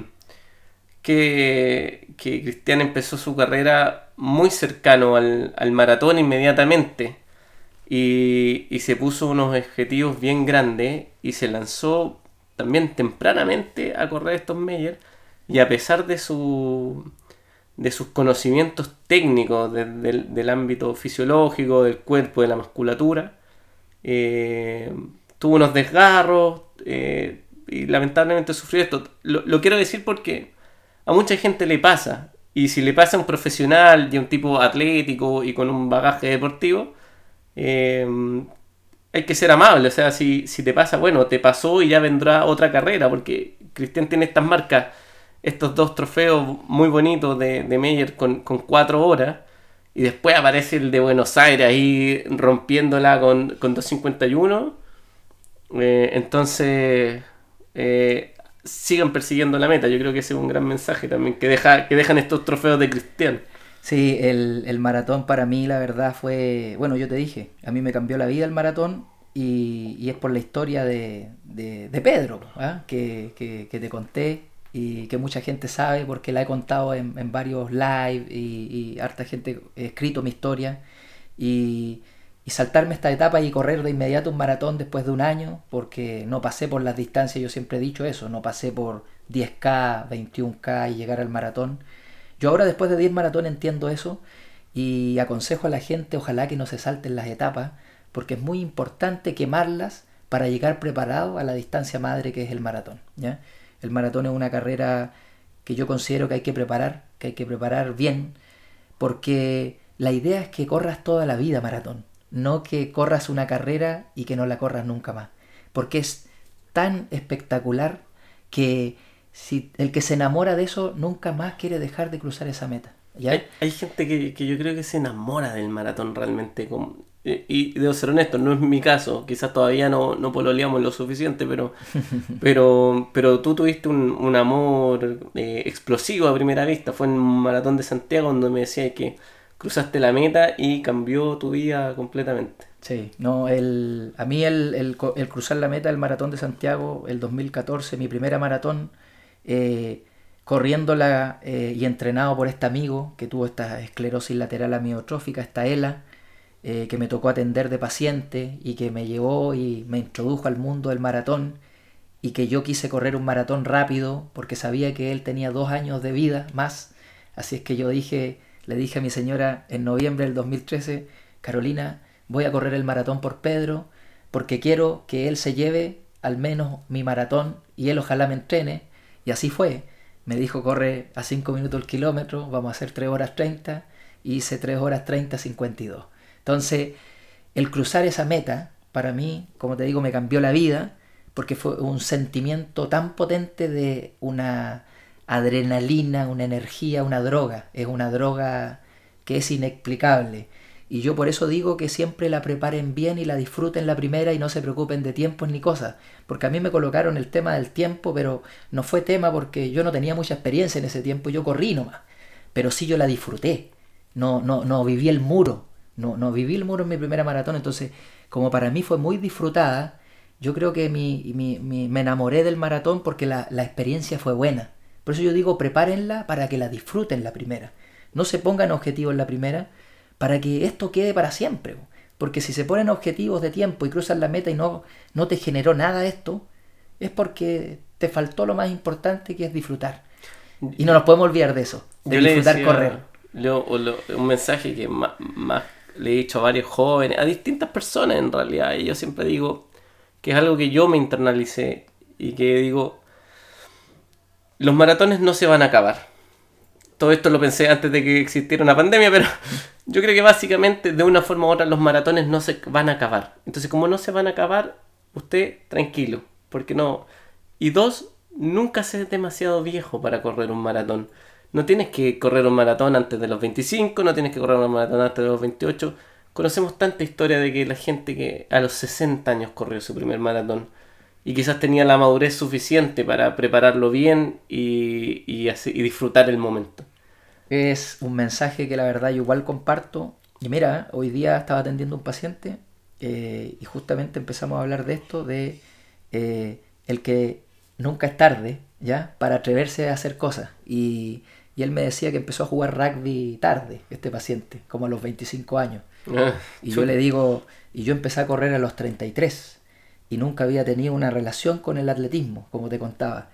que, que Cristian empezó su carrera muy cercano al, al maratón inmediatamente. Y, y se puso unos objetivos bien grandes y se lanzó también tempranamente a correr estos Meyer y a pesar de su de sus conocimientos técnicos de, de, del ámbito fisiológico, del cuerpo, de la musculatura, eh, tuvo unos desgarros eh, y lamentablemente sufrió esto. Lo, lo quiero decir porque a mucha gente le pasa, y si le pasa a un profesional y a un tipo atlético y con un bagaje deportivo, Eh, hay que ser amable, o sea, si, si te pasa, bueno, te pasó y ya vendrá otra carrera, porque Cristian tiene estas marcas, estos dos trofeos muy bonitos de, de Meyer con, con cuatro horas, y después aparece el de Buenos Aires ahí rompiéndola con, con dos cincuenta y uno, eh, entonces eh, sigan persiguiendo la meta. Yo creo que ese es un gran mensaje también que, deja, que dejan estos trofeos de Cristian. Sí, el, el maratón para mí la verdad fue, bueno, yo te dije, a mí me cambió la vida el maratón y, y es por la historia de, de, de Pedro, ¿eh? que, que, que te conté y que mucha gente sabe porque la he contado en, en varios live y, y harta gente ha escrito mi historia y, y saltarme esta etapa y correr de inmediato un maratón después de un año porque no pasé por las distancias, yo siempre he dicho eso, no pasé por diez K, veintiún K y llegar al maratón. Yo ahora después de diez maratones entiendo eso y aconsejo a la gente ojalá que no se salten las etapas porque es muy importante quemarlas para llegar preparado a la distancia madre que es el maratón, ¿ya? El maratón es una carrera que yo considero que hay que preparar, que hay que preparar bien, porque la idea es que corras toda la vida maratón, no que corras una carrera y que no la corras nunca más, porque es tan espectacular que si el que se enamora de eso nunca más quiere dejar de cruzar esa meta, ¿ya? Hay, hay gente que, que yo creo que se enamora del maratón realmente. Como, y, y debo ser honesto, no es mi caso. Quizás todavía no, no pololeamos lo suficiente, pero pero pero tú tuviste un, un amor eh, explosivo a primera vista. Fue en un maratón de Santiago donde me decías que cruzaste la meta y cambió tu vida completamente. Sí, no, el, a mí el, el, el cruzar la meta del maratón de Santiago, el dos mil catorce, mi primera maratón, eh, corriéndola eh, y entrenado por este amigo que tuvo esta esclerosis lateral amiotrófica, esta ELA, eh, que me tocó atender de paciente y que me llevó y me introdujo al mundo del maratón, y que yo quise correr un maratón rápido porque sabía que él tenía dos años de vida más. Así es que yo dije, le dije a mi señora en noviembre del dos mil trece, Carolina, voy a correr el maratón por Pedro porque quiero que él se lleve al menos mi maratón y él ojalá me entrene. Y así fue. Me dijo, corre a cinco minutos el kilómetro, vamos a hacer tres horas treinta, y hice tres horas treinta cincuenta y dos. Entonces, el cruzar esa meta, para mí, como te digo, me cambió la vida, porque fue un sentimiento tan potente de una adrenalina, una energía, una droga. Es una droga que es inexplicable. Y yo por eso digo que siempre la preparen bien y la disfruten la primera y no se preocupen de tiempos ni cosas. Porque a mí me colocaron el tema del tiempo, pero no fue tema porque yo no tenía mucha experiencia en ese tiempo, yo corrí nomás. Pero sí yo la disfruté. No, no, no viví el muro. No, no viví el muro en mi primera maratón. Entonces, como para mí fue muy disfrutada, yo creo que mi, mi, mi, me enamoré del maratón porque la, la experiencia fue buena. Por eso yo digo, prepárenla para que la disfruten la primera. No se pongan objetivos en la primera, para que esto quede para siempre. Porque si se ponen objetivos de tiempo y cruzan la meta y no, no te generó nada esto, es porque te faltó lo más importante, que es disfrutar. Y no nos podemos olvidar de eso, de yo disfrutar decía, correr. Lo, lo, un mensaje que más, más le he dicho a varios jóvenes, a distintas personas en realidad, y yo siempre digo que es algo que yo me internalicé y que digo, los maratones no se van a acabar. Todo esto lo pensé antes de que existiera una pandemia, pero yo creo que básicamente de una forma u otra los maratones no se van a acabar. Entonces, como no se van a acabar, usted tranquilo, porque no. Y dos, nunca seas demasiado viejo para correr un maratón. No tienes que correr un maratón antes de los veinticinco, no tienes que correr un maratón antes de los veintiocho. Conocemos tanta historia de que la gente que a los sesenta años corrió su primer maratón y quizás tenía la madurez suficiente para prepararlo bien y, y, así, y disfrutar el momento. Es un mensaje que la verdad yo igual comparto. Y mira, hoy día estaba atendiendo a un paciente eh, y justamente empezamos a hablar de esto, de eh, el que nunca es tarde, ¿ya? Para atreverse a hacer cosas. Y, y él me decía que empezó a jugar rugby tarde, este paciente, como a los veinticinco años. Ah, y yo le digo, y yo empecé a correr a los treinta y tres. Y nunca había tenido una relación con el atletismo, como te contaba.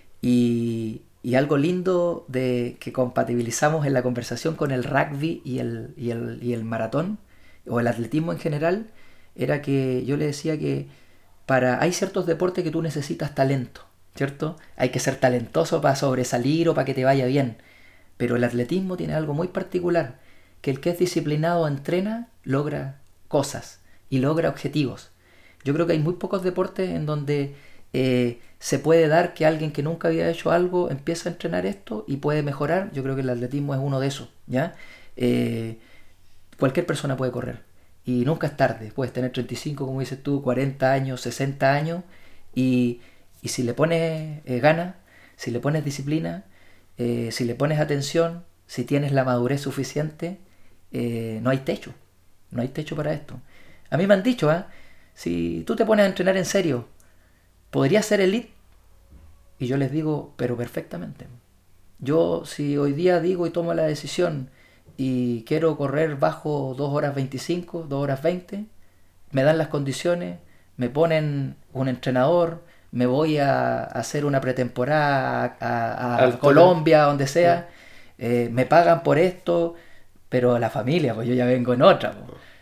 Y, y algo lindo de que compatibilizamos en la conversación con el rugby y el, y, el, y el maratón, o el atletismo en general, era que yo le decía que para hay ciertos deportes que tú necesitas talento, ¿cierto? Hay que ser talentoso para sobresalir o para que te vaya bien. Pero el atletismo tiene algo muy particular, que el que es disciplinado entrena, logra cosas y logra objetivos. Yo creo que hay muy pocos deportes en donde eh, se puede dar que alguien que nunca había hecho algo empieza a entrenar esto y puede mejorar. Yo creo que el atletismo es uno de esos, ¿ya? Eh, cualquier persona puede correr y nunca es tarde. Puedes tener treinta y cinco, como dices tú, cuarenta años, sesenta años y, y si le pones eh, ganas, si le pones disciplina, eh, si le pones atención, si tienes la madurez suficiente, eh, no hay techo. No hay techo para esto. A mí me han dicho, ¿ah? ¿eh? Si tú te pones a entrenar en serio, ¿podrías ser elite? Y yo les digo, pero perfectamente. Yo si hoy día digo y tomo la decisión y quiero correr bajo dos horas veinticinco, dos horas veinte, me dan las condiciones, me ponen un entrenador, me voy a hacer una pretemporada a, a, a Colombia, donde sea, eh, me pagan por esto, pero la familia, pues yo ya vengo en otra, pues.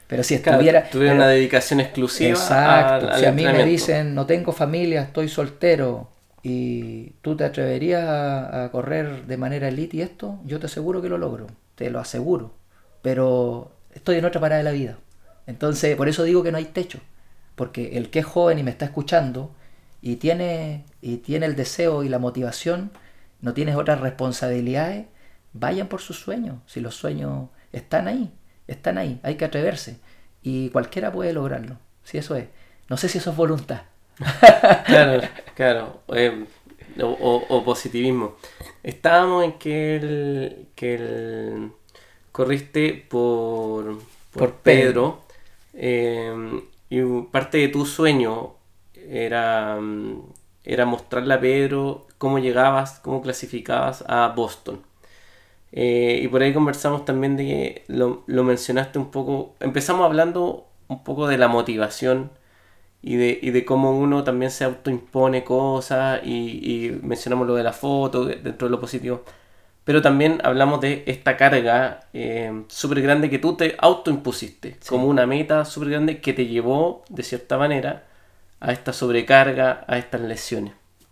Pero si Claro, estuviera... tuviera pero- una dedicación exclusiva Exacto. al, al Si a mí me entrenamiento. dicen, no tengo familia, estoy soltero, y tú te atreverías a, a correr de manera elite y esto, yo te aseguro que lo logro, te lo aseguro. Pero estoy en otra parada de la vida. Entonces, por eso digo que no hay techo. Porque el que es joven y me está escuchando y tiene, y tiene el deseo y la motivación, no tienes otras responsabilidades, vayan por sus sueños. Si los sueños están ahí, están ahí, hay que atreverse. Y cualquiera puede lograrlo, si eso es. No sé si eso es voluntad. Claro, claro. eh, o, o- o positivismo. Estábamos en que el, que el corriste por, por Por Pedro, eh, y parte de tu sueño era, mm, era mostrarle a Pedro cómo llegabas, cómo clasificabas a Boston. Eh, y por ahí conversamos también de que lo, lo mencionaste un poco, empezamos hablando un poco de la motivación y de, y de cómo uno también se autoimpone cosas y, y mencionamos lo de la foto dentro de lo positivo. Pero también hablamos de esta carga eh, súper grande que tú te autoimpusiste, Sí. como una meta súper grande que te llevó, de cierta manera, a esta sobrecarga, a estas lesiones.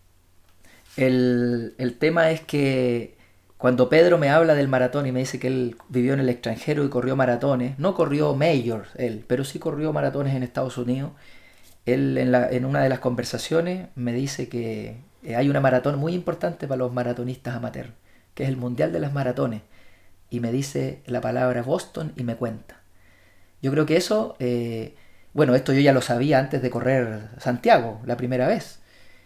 El, el tema es que cuando Pedro me habla del maratón y me dice que él vivió en el extranjero y corrió maratones, no corrió majors él, pero sí corrió maratones en Estados Unidos. Él en, la, en una de las conversaciones me dice que eh, hay una maratón muy importante para los maratonistas amateurs, que es el Mundial de las Maratones. Y me dice la palabra Boston y me cuenta. Yo creo que eso, eh, bueno, esto yo ya lo sabía antes de correr Santiago la primera vez.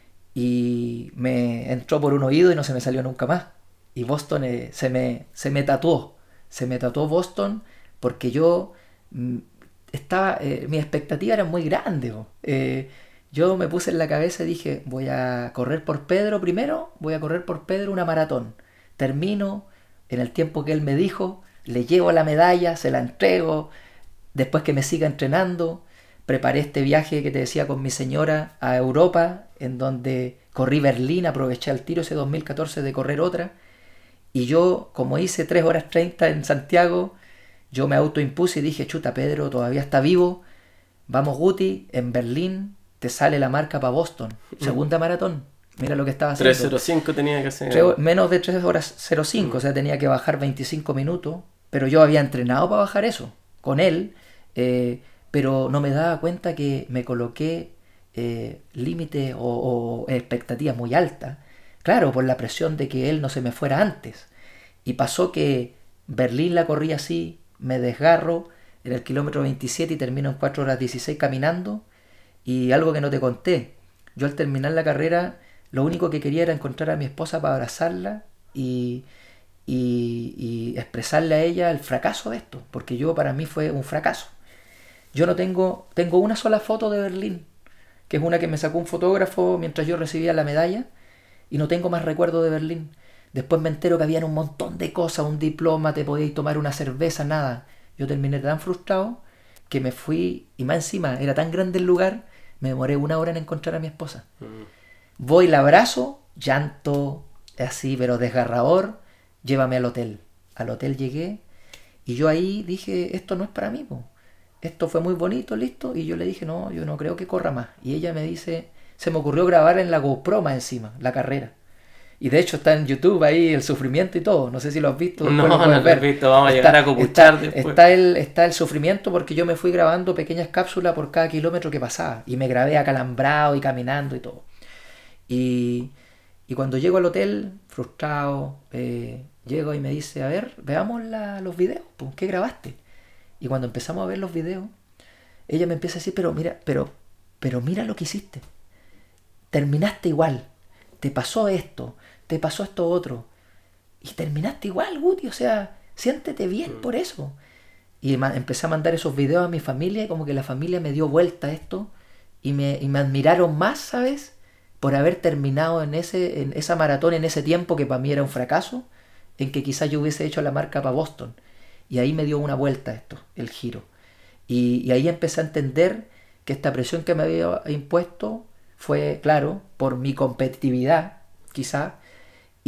Y me entró por un oído y no se me salió nunca más. Y Boston eh, se, me, se me tatuó. Se me tatuó Boston porque yo mm, estaba, eh, mi expectativa era muy grande. bo. Eh, yo me puse en la cabeza y dije, voy a correr por Pedro primero, voy a correr por Pedro una maratón. Termino en el tiempo que él me dijo, le llevo la medalla, se la entrego, después que me siga entrenando, preparé este viaje que te decía con mi señora a Europa, en donde corrí Berlín, aproveché al tiro ese dos mil catorce de correr otra, y yo, como hice tres horas treinta en Santiago, yo me autoimpuse y dije, chuta, Pedro todavía está vivo, vamos Guti, en Berlín te sale la marca para Boston, segunda maratón, mira lo que estaba haciendo. tres cero cinco tenía que hacer. Tre- menos de tres horas cero cinco, o sea, tenía que bajar veinticinco minutos, pero yo había entrenado para bajar eso, con él, eh, pero no me daba cuenta que me coloqué eh, límites o, o expectativas muy altas, claro, por la presión de que él no se me fuera antes. Y pasó que Berlín la corrí así, me desgarro en el kilómetro veintisiete y termino en cuatro horas dieciséis caminando. Y algo que no te conté, yo al terminar la carrera lo único que quería era encontrar a mi esposa para abrazarla y, y, y expresarle a ella el fracaso de esto, porque yo para mí fue un fracaso. Yo no tengo, tengo una sola foto de Berlín, que es una que me sacó un fotógrafo mientras yo recibía la medalla, y no tengo más recuerdo de Berlín. Después me entero que habían un montón de cosas, un diploma, te podías tomar una cerveza, nada. Yo terminé tan frustrado que me fui, y más encima, era tan grande el lugar, me demoré una hora en encontrar a mi esposa. Mm. Voy, la abrazo, llanto así, pero desgarrador, llévame al hotel. Al hotel llegué y yo ahí dije, esto no es para mí, po. Esto fue muy bonito, listo, y yo le dije, no, yo no creo que corra más. Y ella me dice, se me ocurrió grabar en la GoPro más encima, la carrera. Y de hecho está en YouTube ahí el sufrimiento y todo, no sé si lo has visto. No, después lo no puedes lo ver. he visto, vamos a Está- llegar a copuchar está, después. Está el, está el sufrimiento porque yo me fui grabando pequeñas cápsulas por cada kilómetro que pasaba. Y me grabé acalambrado y caminando y todo. Y, y cuando llego al hotel, frustrado, eh, llego y me dice, a ver, veamos la- los videos, pues, ¿qué grabaste? Y cuando empezamos a ver los videos, ella me empieza a decir, pero mira, pero, pero mira lo que hiciste. Terminaste igual. Te pasó esto, te pasó esto otro. Y terminaste igual, Guti. O sea, siéntete bien por eso. Y ma- empecé a mandar esos videos a mi familia y como que la familia me dio vuelta a esto y me, y me admiraron más, ¿sabes? Por haber terminado en, ese, en esa maratón en ese tiempo que para mí era un fracaso, en que quizás yo hubiese hecho la marca para Boston. Y ahí me dio una vuelta esto, el giro. Y, y ahí empecé a entender que esta presión que me había impuesto fue, claro, por mi competitividad, quizá,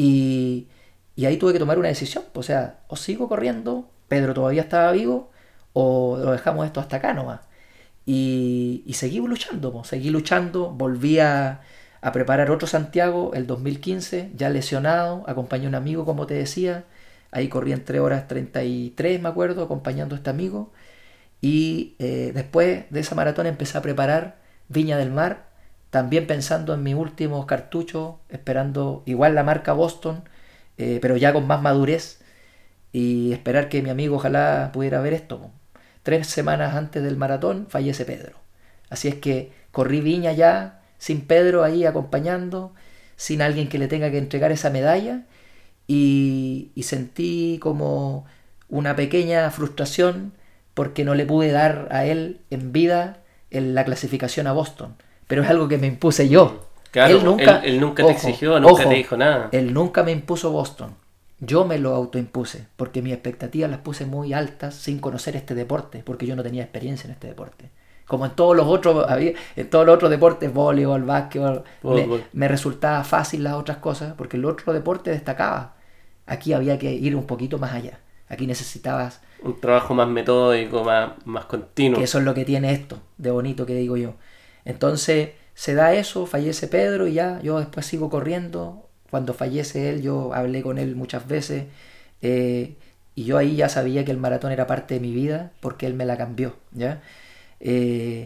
y, y ahí tuve que tomar una decisión. O sea, o sigo corriendo, Pedro todavía estaba vivo, o lo dejamos esto hasta acá nomás. Y, y seguí luchando, po, seguí luchando, volví a, a preparar otro Santiago el dos mil quince, ya lesionado, acompañé a un amigo, como te decía, ahí corrí en tres horas treinta y tres, me acuerdo, acompañando a este amigo. Y eh, después de esa maratón empecé a preparar Viña del Mar, también pensando en mis últimos cartuchos, esperando igual la marca Boston, eh, pero ya con más madurez, y esperar que mi amigo ojalá pudiera ver esto. Tres semanas antes del maratón fallece Pedro. Así es que corrí Viña ya, sin Pedro ahí acompañando, sin alguien que le tenga que entregar esa medalla, y, y sentí como una pequeña frustración porque no le pude dar a él en vida en la clasificación a Boston. Pero es algo que me impuse yo. Claro, él nunca, él, él nunca ojo, te exigió, nunca ojo, te dijo nada. Él nunca me impuso Boston. Yo me lo autoimpuse, porque mis expectativas las puse muy altas sin conocer este deporte, porque yo no tenía experiencia en este deporte. Como en todos los otros, en todos los otros deportes, voleibol, básquetbol, me, me resultaba fácil las otras cosas, porque el otro deporte destacaba. Aquí había que ir un poquito más allá. Aquí necesitabas un trabajo más metódico, más, más continuo. Que eso es lo que tiene esto, de bonito que digo yo. Entonces se da eso, fallece Pedro y ya, yo después sigo corriendo. Cuando fallece él, yo hablé con él muchas veces, eh, y yo ahí ya sabía que el maratón era parte de mi vida, porque él me la cambió, ¿ya? Eh,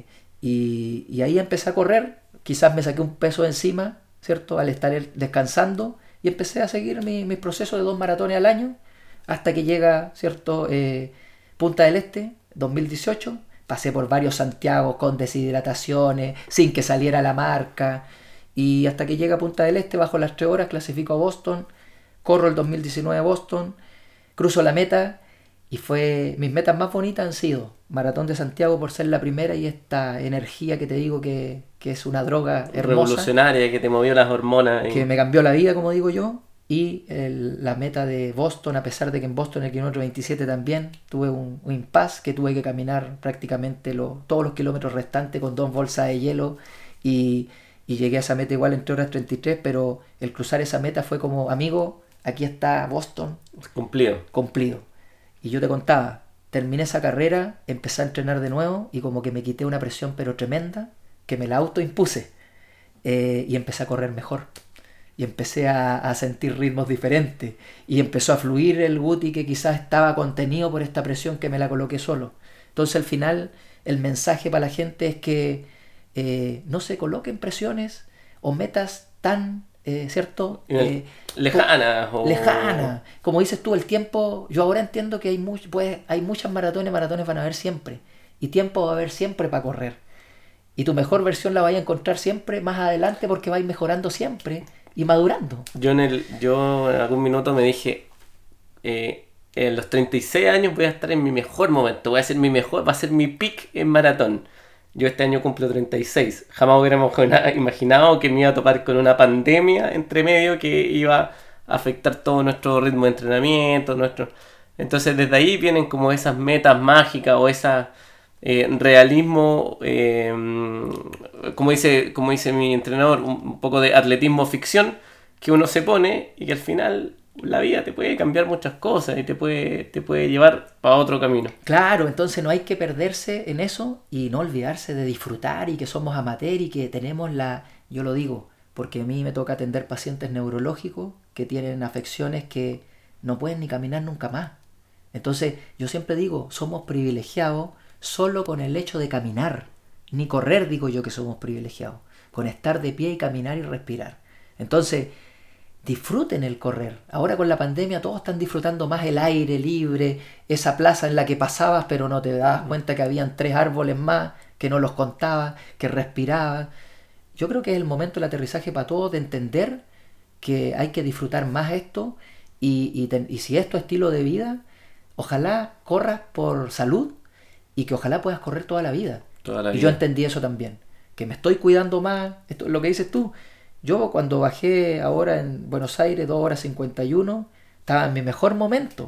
y, y ahí empecé a correr, quizás me saqué un peso encima, ¿cierto? Al estar descansando, y empecé a seguir mi, mi proceso de dos maratones al año, hasta que llega, ¿cierto? Eh, Punta del Este, dos mil dieciocho, pasé por varios Santiagos con deshidrataciones, sin que saliera la marca, y hasta que llega Punta del Este, bajo las tres horas, clasifico a Boston, corro el dos mil diecinueve a Boston, cruzo la meta, y fue, mis metas más bonitas han sido Maratón de Santiago por ser la primera, y esta energía que te digo que, que es una droga hermosa, revolucionaria, que te movió las hormonas. Y... que me cambió la vida, como digo yo. Y el, la meta de Boston, a pesar de que en Boston el kilómetro veintisiete también tuve un, un impasse, que tuve que caminar prácticamente lo, todos los kilómetros restantes con dos bolsas de hielo, y, y llegué a esa meta igual en tres horas treinta y tres, pero el cruzar esa meta fue como, amigo, aquí está Boston. Cumplido. Cumplido. Y yo te contaba, terminé esa carrera, empecé a entrenar de nuevo, y como que me quité una presión pero tremenda, que me la autoimpuse, eh, y empecé a correr mejor. Y empecé a, a sentir ritmos diferentes, y empezó a fluir el guti que quizás estaba contenido por esta presión que me la coloqué solo. Entonces al final el mensaje para la gente es que eh, no se coloquen presiones o metas tan, eh, ¿cierto? Eh, lejanas. O... Lejanas. Como dices tú, el tiempo, yo ahora entiendo que hay, much, pues, hay muchas maratones, maratones van a haber siempre, y tiempo va a haber siempre para correr. Y tu mejor versión la vais a encontrar siempre más adelante, porque vais mejorando siempre y madurando. Yo en el yo en algún minuto me dije, eh, en los treinta y seis años voy a estar en mi mejor momento, voy a ser mi mejor, va a ser mi peak en maratón. Yo este año cumplo treinta y seis. Jamás hubiéramos imaginado que me iba a topar con una pandemia entre medio que iba a afectar todo nuestro ritmo de entrenamiento, nuestro... Entonces desde ahí vienen como esas metas mágicas o esa eh, realismo, eh, como dice, como dice mi entrenador, un poco de atletismo ficción que uno se pone, y que al final la vida te puede cambiar muchas cosas y te puede, te puede llevar para otro camino. Claro, entonces no hay que perderse en eso y no olvidarse de disfrutar, y que somos amateur y que tenemos la, yo lo digo, porque a mí me toca atender pacientes neurológicos que tienen afecciones que no pueden ni caminar nunca más. Entonces yo siempre digo, somos privilegiados solo con el hecho de caminar, ni correr digo yo que somos privilegiados, con estar de pie y caminar y respirar. Entonces disfruten el correr. Ahora con la pandemia todos están disfrutando más el aire libre, esa plaza en la que pasabas pero no te dabas cuenta que habían tres árboles más, que no los contabas, que respirabas. Yo creo que es el momento del aterrizaje para todos, de entender que hay que disfrutar más esto, y, y, te, y si esto es estilo de vida, ojalá corras por salud, y que ojalá puedas correr toda la vida. Toda la y vida. Yo entendí eso también, que me estoy cuidando más, esto, lo que dices tú. Yo cuando bajé ahora en Buenos Aires, dos horas cincuenta y uno, estaba en mi mejor momento,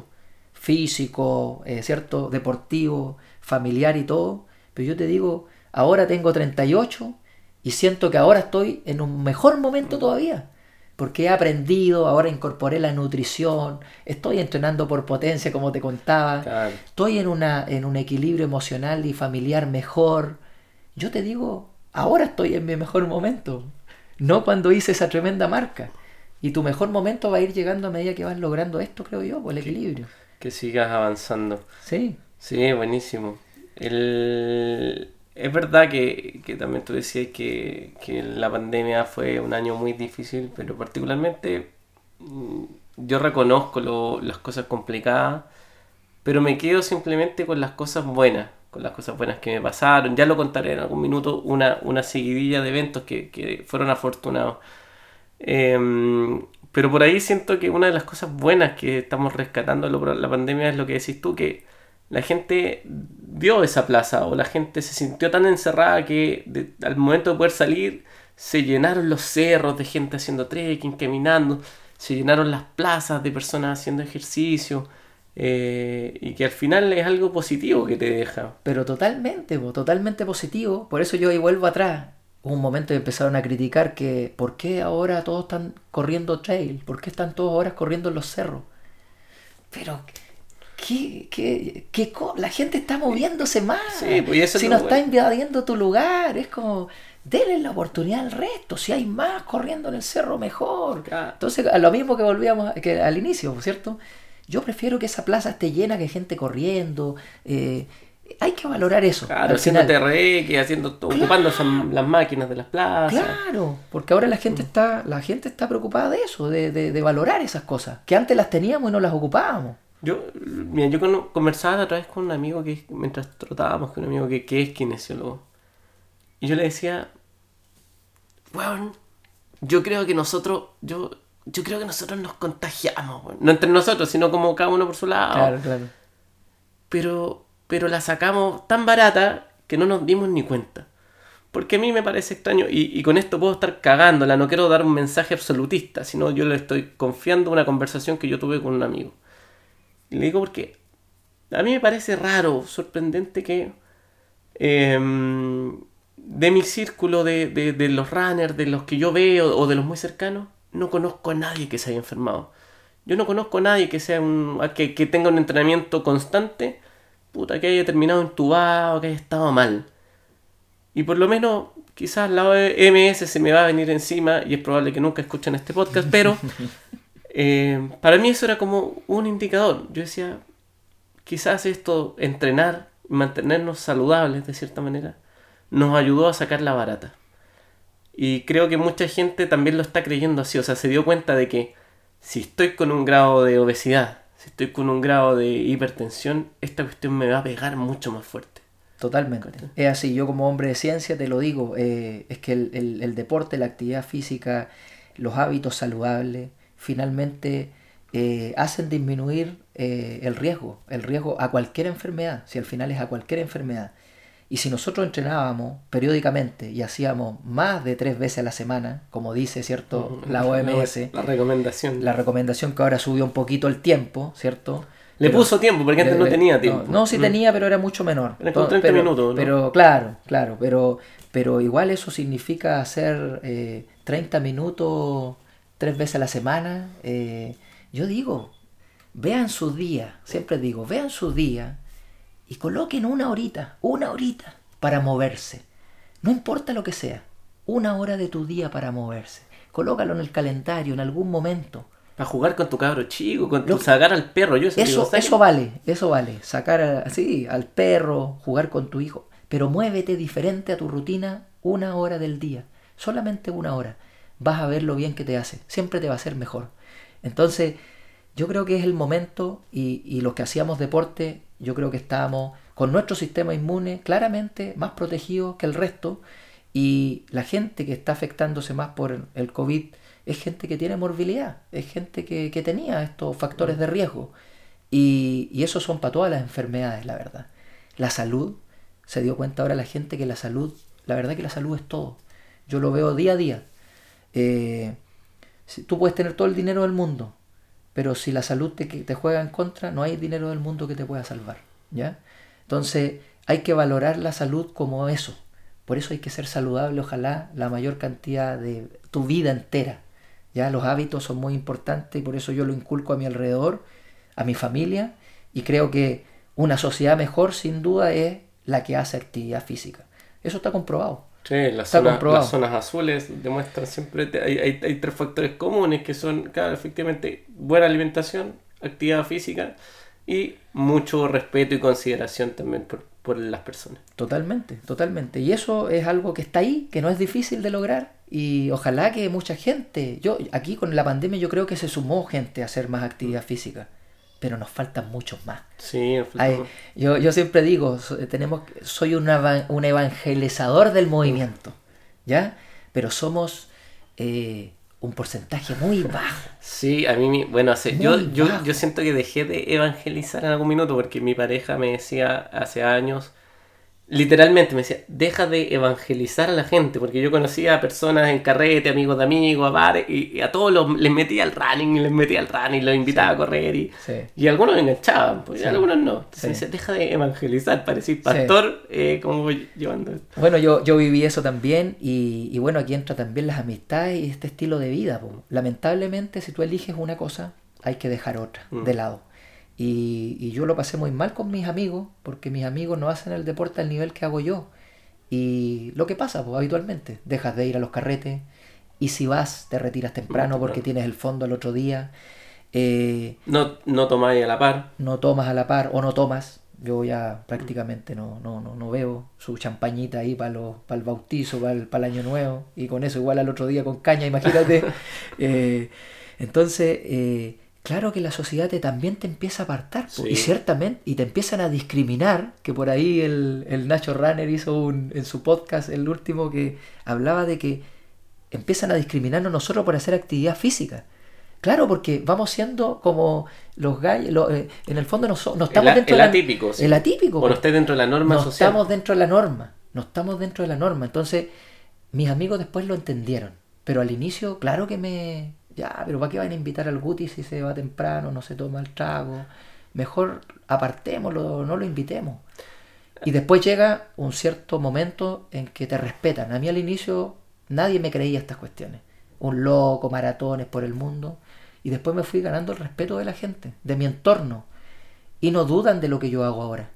físico, eh, cierto, deportivo, familiar y todo. Pero yo te digo, ahora tengo treinta y ocho y siento que ahora estoy en un mejor momento todavía, porque he aprendido, ahora incorporé la nutrición, estoy entrenando por potencia, como te contaba, Claro. estoy en, una, en un equilibrio emocional y familiar mejor. Yo te digo, ahora estoy en mi mejor momento, no cuando hice esa tremenda marca. Y tu mejor momento va a ir llegando a medida que vas logrando esto, creo yo, por el equilibrio. Que sigas avanzando. Sí. Sí, buenísimo. El... Es verdad que, que también tú decías que, que la pandemia fue un año muy difícil, pero particularmente mm, yo reconozco lo- las cosas complicadas, pero me quedo simplemente con las cosas buenas, con las cosas buenas que me pasaron. Ya lo contaré en algún minuto, una, una seguidilla de eventos que, que fueron afortunados. Em, pero por ahí siento que una de las cosas buenas que estamos rescatando de lo- la pandemia es lo que decís tú, que la gente vio esa plaza o la gente se sintió tan encerrada que de- al momento de poder salir se llenaron los cerros de gente haciendo trekking, caminando, se llenaron las plazas de personas haciendo ejercicio, eh, y que al final es algo positivo que te deja. Pero totalmente, po, totalmente positivo. Por eso yo ahí vuelvo atrás. Hubo un momento que empezaron a criticar que ¿por qué ahora todos están corriendo trail? ¿Por qué están todos ahora corriendo en los cerros? Pero ¿qué, qué, qué co- la gente está moviéndose más. Sí, pues, y eso es Si lo no está bueno. invadiendo tu lugar, es como denle la oportunidad al resto. Si hay más corriendo en el cerro, mejor. Claro. Entonces, a lo mismo que volvíamos a- que al inicio, ¿cierto? Yo prefiero que esa plaza esté llena de gente corriendo. eh, hay que valorar eso. Claro, al haciendo final. T R X, haciendo, ocupando esas- las máquinas de las plazas. Claro, porque ahora la gente está, la gente está preocupada de eso, de, de, de valorar esas cosas, que antes las teníamos y no las ocupábamos. Yo, mira, yo con- conversaba la otra vez con un amigo que, mientras trotábamos, con un amigo que, que es kinesiólogo. Y yo le decía, weón, yo creo que nosotros, yo, yo creo que nosotros nos contagiamos, weón. No entre nosotros, sino como cada uno por su lado. Claro, claro. Pero, pero la sacamos tan barata que no nos dimos ni cuenta. Porque a mí me parece extraño, y, y con esto puedo estar cagándola, no quiero dar un mensaje absolutista, sino yo le estoy confiando una conversación que yo tuve con un amigo. Y le digo porque a mí me parece raro, sorprendente que eh, de mi círculo de, de, de los runners, de los que yo veo o de los muy cercanos, no conozco a nadie que se haya enfermado. Yo no conozco a nadie que sea un, a que, que tenga un entrenamiento constante, puta, que haya terminado entubado, que haya estado mal. Y por lo menos, quizás la O M S se me va a venir encima y es probable que nunca escuchen este podcast, pero eh, para mí eso era como un indicador. Yo decía, quizás esto, entrenar, mantenernos saludables de cierta manera, nos ayudó a sacar la barata. Y creo que mucha gente también lo está creyendo así, o sea, se dio cuenta de que si estoy con un grado de obesidad, si estoy con un grado de hipertensión, esta cuestión me va a pegar mucho más fuerte. Totalmente. Es así, yo como hombre de ciencia te lo digo, eh, es que el, el, el deporte, la actividad física, los hábitos saludables, finalmente eh, hacen disminuir eh, el riesgo, el riesgo a cualquier enfermedad, si al final es a cualquier enfermedad. Y si nosotros entrenábamos periódicamente y hacíamos más de tres veces a la semana, como dice, ¿cierto?, la O M S, La, la recomendación. la recomendación que ahora subió un poquito el tiempo, ¿cierto? Le Pero- puso tiempo, porque antes le- no le- tenía tiempo. No, no, sí Mm. tenía, pero era mucho menor. Eran como To- treinta pero, minutos, ¿no? Pero claro, claro, pero, pero igual eso significa hacer eh, treinta minutos tres veces a la semana. eh, yo digo, vean su día, siempre digo, vean su día y coloquen una horita, una horita para moverse. No importa lo que sea, una hora de tu día para moverse. Colócalo en el calendario en algún momento. Para jugar con tu cabro chico, con tu Lo- sacar al perro. Yo eso, Eso, digo, ¿sabes? eso vale, eso vale. Sacar a- sí, al perro, jugar con tu hijo. Pero muévete diferente a tu rutina una hora del día. Solamente una hora. Vas a ver lo bien que te hace. Siempre te va a hacer mejor. Entonces, yo creo que es el momento y, y los que hacíamos deporte, yo creo que estábamos con nuestro sistema inmune claramente más protegidos que el resto. Y la gente que está afectándose más por el COVID es gente que tiene morbilidad, es gente que, que tenía estos factores de riesgo. Y, y esos son para todas las enfermedades, la verdad. La salud, se dio cuenta ahora la gente que la salud, la verdad que la salud es todo. Yo lo veo día a día. Eh, si, tú puedes tener todo el dinero del mundo, pero si la salud te, te juega en contra, no hay dinero del mundo que te pueda salvar, ¿ya? Entonces hay que valorar la salud como eso. Por eso hay que ser saludable, ojalá, la mayor cantidad de tu vida entera, Ya los hábitos son muy importantes y por eso yo lo inculco a mi alrededor, a mi familia, y creo que una sociedad mejor sin duda es la que hace actividad física. Eso está comprobado. Sí, las, está zonas, comprobado. las zonas azules demuestran siempre, hay, hay, hay tres factores comunes que son, claro, efectivamente, buena alimentación, actividad física y mucho respeto y consideración también por, por las personas. Totalmente, totalmente. Y eso es algo que está ahí, que no es difícil de lograr y ojalá que mucha gente, yo aquí con la pandemia yo creo que se sumó gente a hacer más actividad física, pero nos faltan muchos más. Sí, nos faltan Ay, más. Yo, yo siempre digo, so- tenemos, soy una, un evangelizador del movimiento, ¿ya? Pero somos eh, un porcentaje muy bajo. Sí, a mí, mi- bueno, hace, Muy yo, yo, bajo. yo siento que dejé de evangelizar en algún minuto porque mi pareja me decía hace años, literalmente me decía, deja de evangelizar a la gente, porque yo conocía a personas en carrete, amigos de amigos, a bares, y, y a todos los, les metía al running, y les metía al running, los invitaba Sí. a correr, y, Sí. y algunos me enganchaban, pues, y Sí. algunos no. Entonces Sí. me decía, deja de evangelizar, parecís pastor, eh, como voy llevando esto. Bueno, yo, yo viví eso también y, y bueno, aquí entra también las amistades y este estilo de vida, po. Lamentablemente, si tú eliges una cosa, hay que dejar otra Mm. de lado. Y, y yo lo pasé muy mal con mis amigos, porque mis amigos no hacen el deporte al nivel que hago yo. Y lo que pasa, pues, habitualmente, dejas de ir a los carretes y si vas, te retiras temprano Muy porque temprano. tienes el fondo al otro día. Eh, No, no tomáis a la par. no tomas a la par o no tomas. Yo ya prácticamente no, no, no, no bebo su champañita ahí para el bautizo, para el, para el año nuevo. Y con eso igual al otro día con caña, imagínate. Eh, entonces, eh, claro que la sociedad te, también te empieza a apartar. po, Sí. Y ciertamente, y te empiezan a discriminar, que por ahí el, el Nacho Runner hizo un, en su podcast, el último, que hablaba de que empiezan a discriminarnos nosotros por hacer actividad física. Claro, porque vamos siendo como los gallos, lo- eh, en el fondo no, so- no estamos El, dentro el de la, atípico, sí. el atípico. O no estés dentro de la norma no social. estamos dentro de la norma, no estamos dentro de la norma. Entonces, mis amigos después lo entendieron, pero al inicio, claro que me, ya, pero ¿para qué van a invitar al Guti si se va temprano, no se toma el trago? Mejor apartémoslo, no lo invitemos. Y después llega un cierto momento en que te respetan. A mí al inicio nadie me creía estas cuestiones. Un loco, maratones por el mundo. Y después me fui ganando el respeto de la gente, de mi entorno. Y no dudan de lo que yo hago ahora.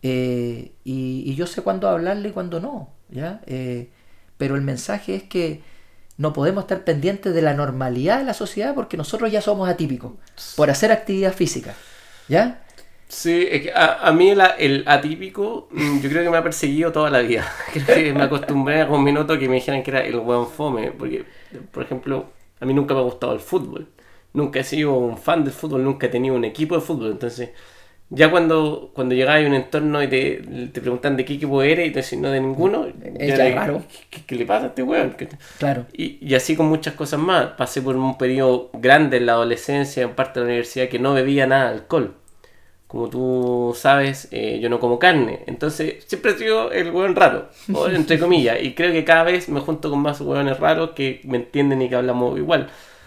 Eh, y, y yo sé cuándo hablarle y cuándo no. ¿Ya? Eh, pero el mensaje es que no podemos estar pendientes de la normalidad de la sociedad porque nosotros ya somos atípicos por hacer actividad física. ¿Ya? Sí, es que a, a mí la- el atípico, mm, yo creo que me ha perseguido toda la vida. Creo que me acostumbré a un minuto que me dijeran que era el hueón fome. Porque, por ejemplo, a mí nunca me ha gustado el fútbol. Nunca he sido un fan del fútbol, nunca he tenido un equipo de fútbol. Entonces, ya cuando, cuando llegaba a un entorno y te, te preguntan de qué equipo eres y te decís no de ninguno, Es ya ya le- raro. ¿qué, qué le pasa a este hueón? ¿Qué- Claro. Y, y así con muchas cosas más. Pasé por un periodo grande en la adolescencia, en parte de la universidad, que no bebía nada de alcohol. Como tú sabes, eh, yo no como carne. Entonces, siempre he sido el hueón raro, o entre comillas. Y creo que cada vez me junto con más hueones raros que me entienden y que hablamos igual.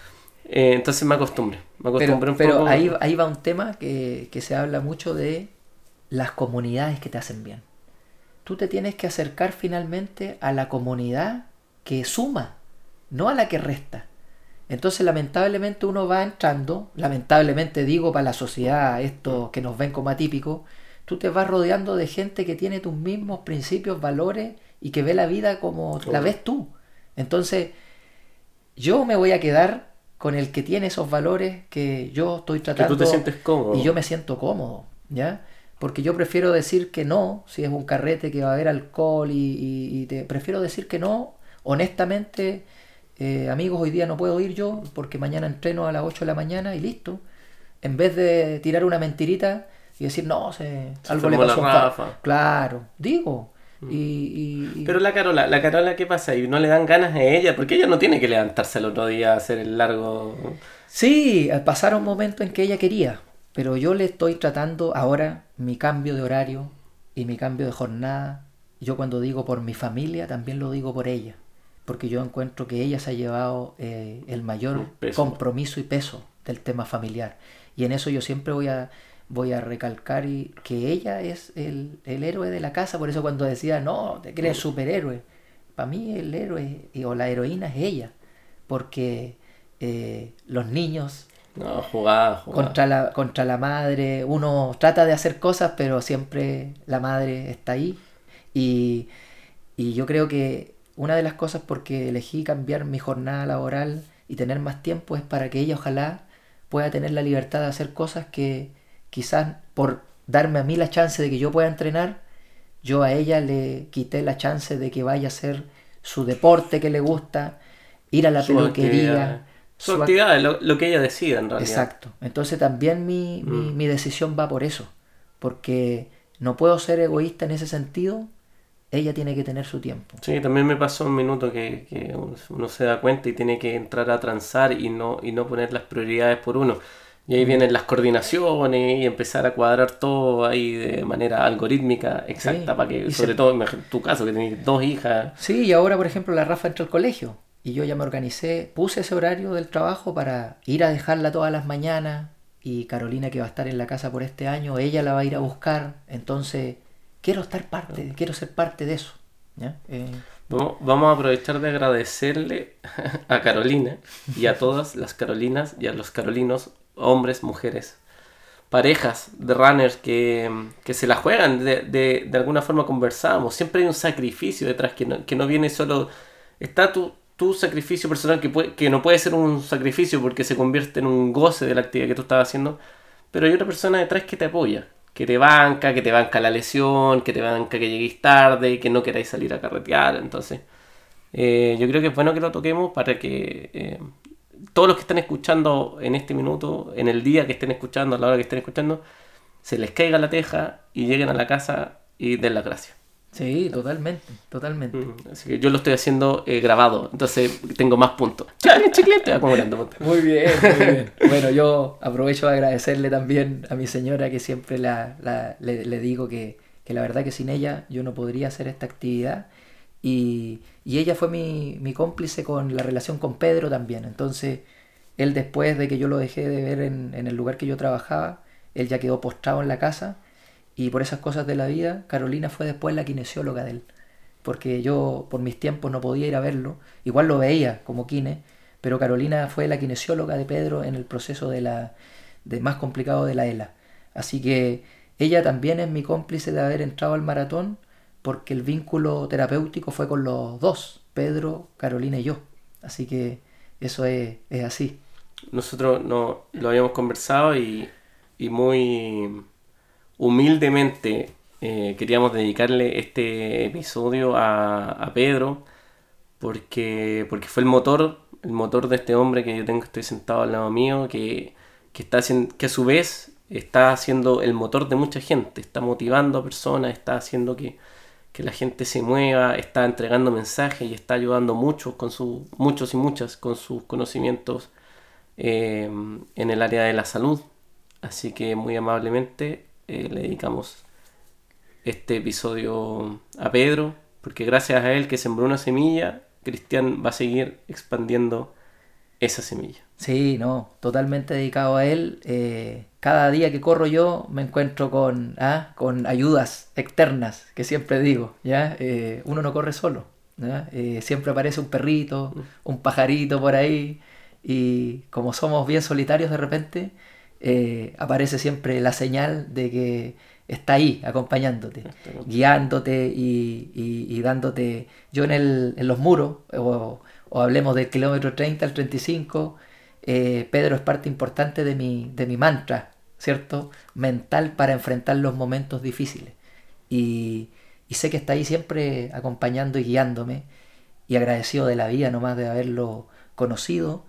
Eh, entonces me acostumbré. Me Pero, acostumbré un pero poco. ahí, ahí va un tema que, que se habla mucho de las comunidades que te hacen bien. Tú te tienes que acercar finalmente a la comunidad que suma, no a la que resta. Entonces lamentablemente uno va entrando, lamentablemente digo para la sociedad, esto que nos ven como atípicos, tú te vas rodeando de gente que tiene tus mismos principios, valores y que ve la vida como la ves tú. Entonces yo me voy a quedar con el que tiene esos valores que yo estoy que tratando tú te sientes cómodo. y yo me siento cómodo, ¿ya? Porque yo prefiero decir que no, si es un carrete que va a haber alcohol y, y- y te prefiero decir que no, honestamente, eh, amigos, hoy día no puedo ir yo porque mañana entreno a las ocho de la mañana y listo. En vez de tirar una mentirita y decir, no, se, Se algo le enfermó pasó la a un fa-". Rafa. Claro, digo. Y, y- y- Pero la Carola, la Carola, ¿qué pasa? ¿Y no le dan ganas a ella? Porque ella no tiene que levantarse el otro día a hacer el largo. Sí, pasaron momentos en que ella quería, pero yo le estoy tratando ahora mi cambio de horario y mi cambio de jornada. Yo cuando digo por mi familia, también lo digo por ella, porque yo encuentro que ella se ha llevado eh, el mayor Un peso. compromiso y peso del tema familiar. Y en eso yo siempre voy a, voy a recalcar y, que ella es el, el héroe de la casa. Por eso cuando decía, no, te crees superhéroe, para mí el héroe y- o la heroína es ella, porque eh, los niños, No, jugaba, jugaba. contra la, contra la madre. Uno trata de hacer cosas, pero siempre la madre está ahí. Y, y yo creo que una de las cosas por que elegí cambiar mi jornada laboral y tener más tiempo es para que ella ojalá pueda tener la libertad de hacer cosas que quizás por darme a mí la chance de que yo pueda entrenar, yo a ella le quité la chance de que vaya a hacer su deporte que le gusta, ir a la Su peluquería. actividad, su su ac- actividad, lo, lo que ella decida en realidad. Exacto. Entonces también mi, mi, Mm. mi decisión va por eso, porque no puedo ser egoísta en ese sentido, ella tiene que tener su tiempo. Sí, también me pasó un minuto que, que uno, uno se da cuenta y tiene que entrar a transar y no, y no poner las prioridades por uno. Y ahí Mm. vienen las coordinaciones y empezar a cuadrar todo ahí de manera algorítmica exacta Sí, para que, y sobre se- todo en tu caso, que tienes dos hijas. Sí, y ahora por ejemplo la Rafa entró al colegio y yo ya me organicé, puse ese horario del trabajo para ir a dejarla todas las mañanas y Carolina que va a estar en la casa por este año, ella la va a ir a buscar, entonces quiero estar parte, quiero ser parte de eso. ¿Ya? Eh, Vamos, vamos a aprovechar de agradecerle a Carolina y a todas las Carolinas y a los carolinos, hombres, mujeres, parejas de runners que, que se la juegan. De, de, de alguna forma conversamos. Siempre hay un sacrificio detrás que no, que no viene solo. Está tu, tu sacrificio personal que, puede, que no puede ser un sacrificio porque se convierte en un goce de la actividad que tú estás haciendo. Pero hay otra persona detrás que te apoya, que te banca, que te banca la lesión, que te banca que lleguéis tarde, que no queráis salir a carretear. Entonces, eh, yo creo que es bueno que lo toquemos para que eh, todos los que están escuchando en este minuto, en el día que estén escuchando, a la hora que estén escuchando, se les caiga la teja y lleguen a la casa y den las gracias. sí, totalmente, totalmente. Mm, Así que yo lo estoy haciendo eh, grabado, entonces tengo más puntos. Chiclete, chiclete, acumulando puntos. Muy bien, muy bien. Bueno, yo aprovecho de agradecerle también a mi señora que siempre la, la- le, le digo que, que la verdad que sin ella yo no podría hacer esta actividad y, y ella fue mi, mi cómplice con la relación con Pedro también. Entonces, él después de que yo lo dejé de ver en, en el lugar que yo trabajaba, él ya quedó postrado en la casa y por esas cosas de la vida, Carolina fue después la kinesióloga de él porque yo por mis tiempos no podía ir a verlo, igual lo veía como kine, pero Carolina fue la kinesióloga de Pedro en el proceso de la de más complicado de la E L A. Así que ella también es mi cómplice de haber entrado al maratón porque el vínculo terapéutico fue con los dos, Pedro, Carolina y yo. Así que eso es, es así. Nosotros no, lo habíamos conversado y, y muy humildemente eh, queríamos dedicarle este episodio a, a Pedro porque, porque fue el motor, el motor de este hombre que yo tengo, estoy sentado al lado mío, que, que, está haciendo, que a su vez está haciendo el motor de mucha gente, está motivando a personas, está haciendo que, que la gente se mueva, está entregando mensajes y está ayudando muchos, con su, muchos y muchas con sus conocimientos eh, en el área de la salud. Así que muy amablemente eh, le dedicamos este episodio a Pedro, porque gracias a él que sembró una semilla, Cristian va a seguir expandiendo esa semilla. Sí, no, totalmente dedicado a él. Eh, cada día que corro yo me encuentro con, ah, con ayudas externas, que siempre digo, ¿ya? Eh, uno no corre solo, ¿ya? Eh, siempre aparece un perrito, un pajarito por ahí, y como somos bien solitarios de repente, eh, aparece siempre la señal de que está ahí acompañándote, guiándote y, y- y dándote. Yo en, el, en los muros, o, o hablemos del kilómetro treinta al treinta y cinco, eh, Pedro es parte importante de mi, de mi mantra, ¿cierto? Mental para enfrentar los momentos difíciles. Y, y sé que está ahí siempre acompañando y guiándome y agradecido de la vida nomás de haberlo conocido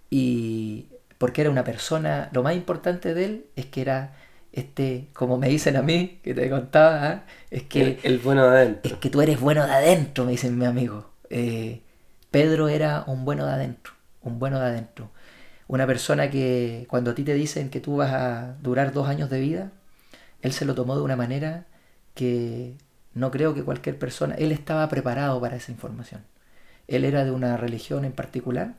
y porque era una persona, lo más importante de él es que era este, como me dicen a mí, que te contaba, ¿ah? es El, que el bueno de es adentro. que tú eres bueno de adentro, me dicen mi amigo. Eh, Pedro era un bueno de adentro, un bueno de adentro. Una persona que cuando a ti te dicen que tú vas a durar dos años de vida, él se lo tomó de una manera que no creo que cualquier persona, él estaba preparado para esa información. Él era de una religión en particular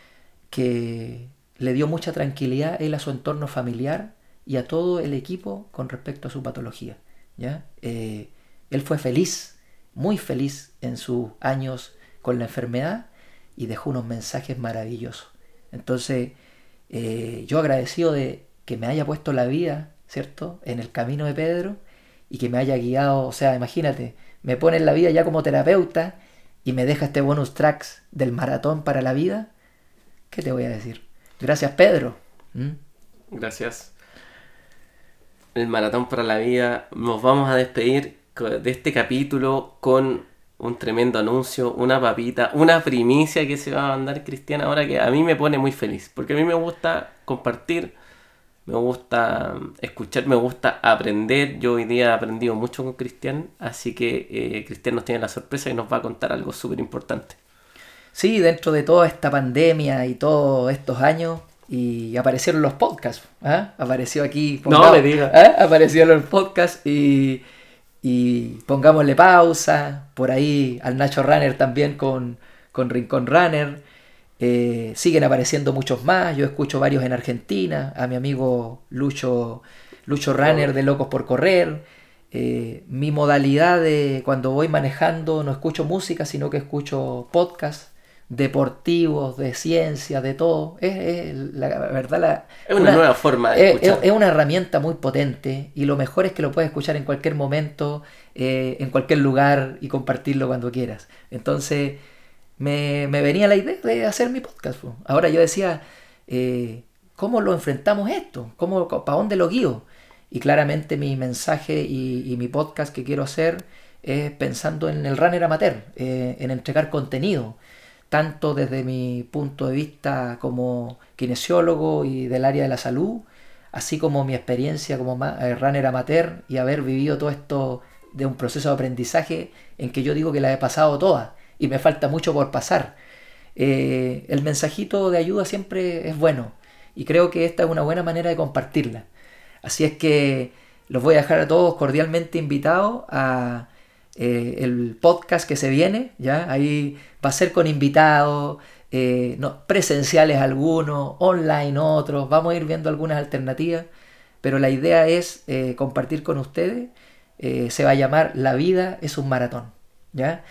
que le dio mucha tranquilidad él a su entorno familiar y a todo el equipo con respecto a su patología. ¿Ya? Eh, él fue feliz, muy feliz en sus años con la enfermedad y dejó unos mensajes maravillosos. Entonces, eh, yo agradecido de que me haya puesto la vida, ¿cierto?, en el camino de Pedro y que me haya guiado. O sea, imagínate, me pone en la vida ya como terapeuta y me deja este bonus tracks del maratón para la vida. ¿Qué te voy a decir? Gracias, Pedro. ¿Mm? Gracias. El maratón para la vida. Nos vamos a despedir de este capítulo con un tremendo anuncio, una papita, una primicia que se va a mandar Cristian ahora, que a mí me pone muy feliz, porque a mí me gusta compartir, me gusta escuchar, me gusta aprender. Yo hoy día he aprendido mucho con Cristian, así que eh, Cristian nos tiene la sorpresa y nos va a contar algo súper importante. Sí, dentro de toda esta pandemia y todos estos años, y aparecieron los podcasts, ¿eh? Apareció aquí... Pongamos, no me digas. ¿eh? Aparecieron los podcasts y, y pongámosle pausa. Por ahí al Nacho Runner también con, con Rincón Runner. Eh, siguen apareciendo muchos más. Yo escucho varios en Argentina. A mi amigo Lucho, Lucho Runner de Locos por Correr. Eh, mi modalidad de cuando voy manejando no escucho música, sino que escucho podcasts deportivos, de ciencia, de todo. Es, es la, la verdad la, es una, una nueva forma de es, escuchar. Es, es una herramienta muy potente y lo mejor es que lo puedes escuchar en cualquier momento, eh, en cualquier lugar y compartirlo cuando quieras. Entonces me, me venía la idea de hacer mi podcast. Ahora yo decía, eh, ¿cómo lo enfrentamos esto? ¿Cómo, ¿Para dónde lo guío? Y claramente mi mensaje y, y mi podcast que quiero hacer es pensando en el runner amateur, eh, en entregar contenido, tanto desde mi punto de vista como kinesiólogo y del área de la salud, así como mi experiencia como runner amateur y haber vivido todo esto de un proceso de aprendizaje en que yo digo que la he pasado toda y me falta mucho por pasar. Eh, el mensajito de ayuda siempre es bueno y creo que esta es una buena manera de compartirla. Así es que los voy a dejar a todos cordialmente invitados a eh, el podcast que se viene, ¿ya? Ahí va a ser con invitados, eh, no, presenciales algunos, online otros, vamos a ir viendo algunas alternativas, pero la idea es eh, compartir con ustedes. Eh, se va a llamar La Vida es un Maratón, ¿ya?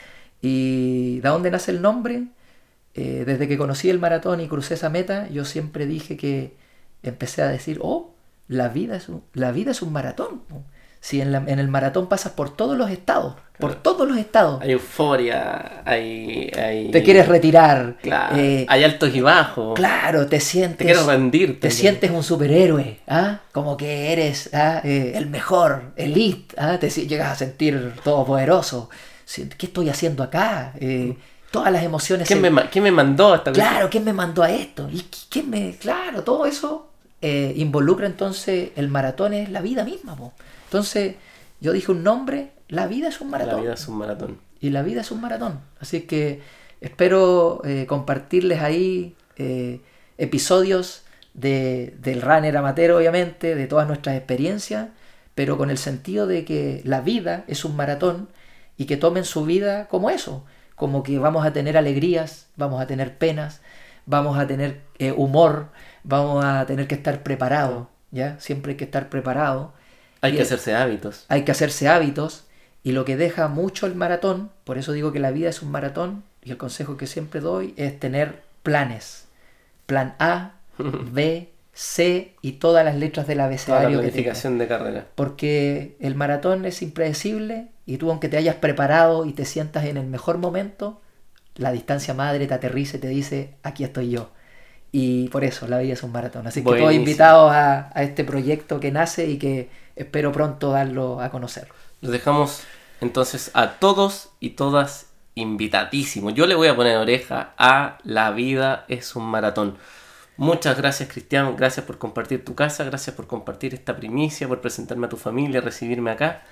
¿Y de dónde nace el nombre? Eh, desde que conocí el maratón y crucé esa meta, yo siempre dije que empecé a decir, oh, la vida es un, la vida es un maratón. Si en, la, en el maratón pasas por todos los estados, por claro. todos los estados. Hay euforia, hay... hay... Te quieres retirar. Claro, eh, hay altos y bajos. Claro, te sientes... Te quieres rendir. Te sientes un superhéroe, ¿ah? Como que eres ¿ah? eh, el mejor, elite, ¿ah? Te llegas a sentir todopoderoso. ¿Qué estoy haciendo acá? Eh, todas las emociones... ¿Quién, se... me, ¿Quién me mandó a esta Claro, cosa? ¿Quién me mandó a esto? ¿Y quién me...? Claro, todo eso eh, involucra entonces el maratón, es la vida misma, po. Entonces, yo dije un nombre, la vida es un maratón. La vida es un maratón. Y la vida es un maratón. Así que espero eh, compartirles ahí eh, episodios de, del runner amateur, obviamente, de todas nuestras experiencias, pero con el sentido de que la vida es un maratón y que tomen su vida como eso, como que vamos a tener alegrías, vamos a tener penas, vamos a tener eh, humor, vamos a tener que estar preparados, ¿ya? Siempre hay que estar preparados. Hay que hacerse hábitos. Hay que hacerse hábitos. Y lo que deja mucho el maratón, por eso digo que la vida es un maratón, y el consejo que siempre doy es tener planes. Plan A, B, C y todas las letras del abecedario. Toda la planificación de carrera. Porque el maratón es impredecible y tú, aunque te hayas preparado y te sientas en el mejor momento, la distancia madre te aterriza y te dice, aquí estoy yo. Y por eso la vida es un maratón. Así que Buenísimo. Todos invitados a, a este proyecto que nace y que espero pronto darlo a conocer. Los dejamos entonces a todos y todas invitadísimos. Yo le voy a poner oreja a La Vida es un Maratón. Muchas gracias, Cristian. Gracias por compartir tu casa. Gracias por compartir esta primicia, por presentarme a tu familia, recibirme acá.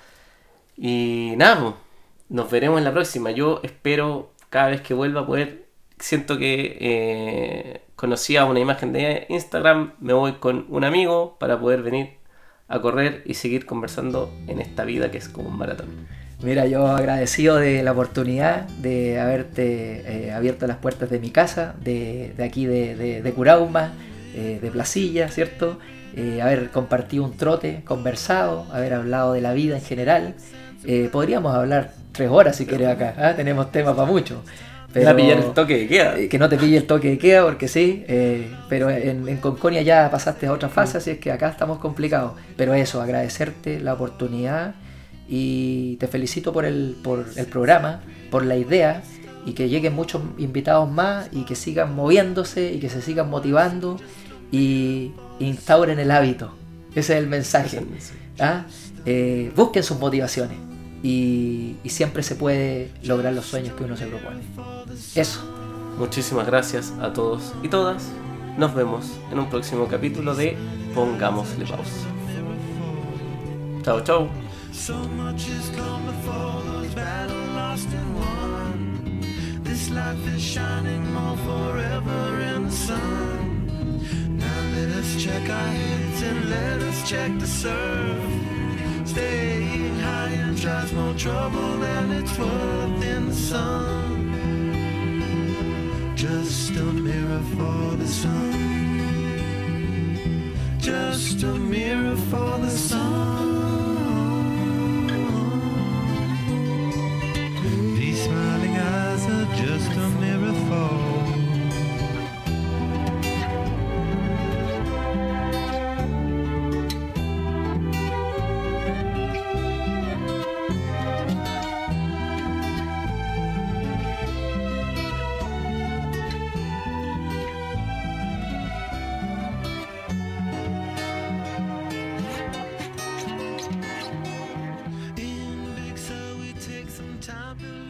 Y nada, nos veremos en la próxima. Yo espero cada vez que vuelva a poder... Siento que eh, conocía una imagen de Instagram. Me voy con un amigo para poder venir a correr y seguir conversando en esta vida que es como un maratón. Mira, yo agradecido de la oportunidad de haberte eh, abierto las puertas de mi casa, de, de aquí de, de, de Curauma, eh, de Placilla, ¿cierto? Eh, haber compartido un trote, conversado, haber hablado de la vida en general. Eh, podríamos hablar tres horas si quieres acá, ¿eh? Tenemos tema para mucho. Pero, va a pillar el toque de queda. Que no te pille el toque de queda, porque sí, eh, pero en, en Concordia ya pasaste a otra fase, así es que acá estamos complicados. Pero eso, agradecerte la oportunidad y te felicito por el, por el programa, por la idea, y que lleguen muchos invitados más y que sigan moviéndose y que se sigan motivando y instauren el hábito. Ese es el mensaje. ¿Ah? Eh, busquen sus motivaciones y, y siempre se puede lograr los sueños que uno se propone. Eso. Muchísimas gracias a todos y todas. Nos vemos en un próximo capítulo de Pongámosle Pausa. Chao, chao. So much has come before those battles lost and won. This life is shining more forever in the sun. Now let us check our heads and let us check the surf. Staying high and tries more trouble than it's worth in the sun. Just a mirror for the sun. Just a mirror for the sun. These smiling eyes are just a mirror for. Time to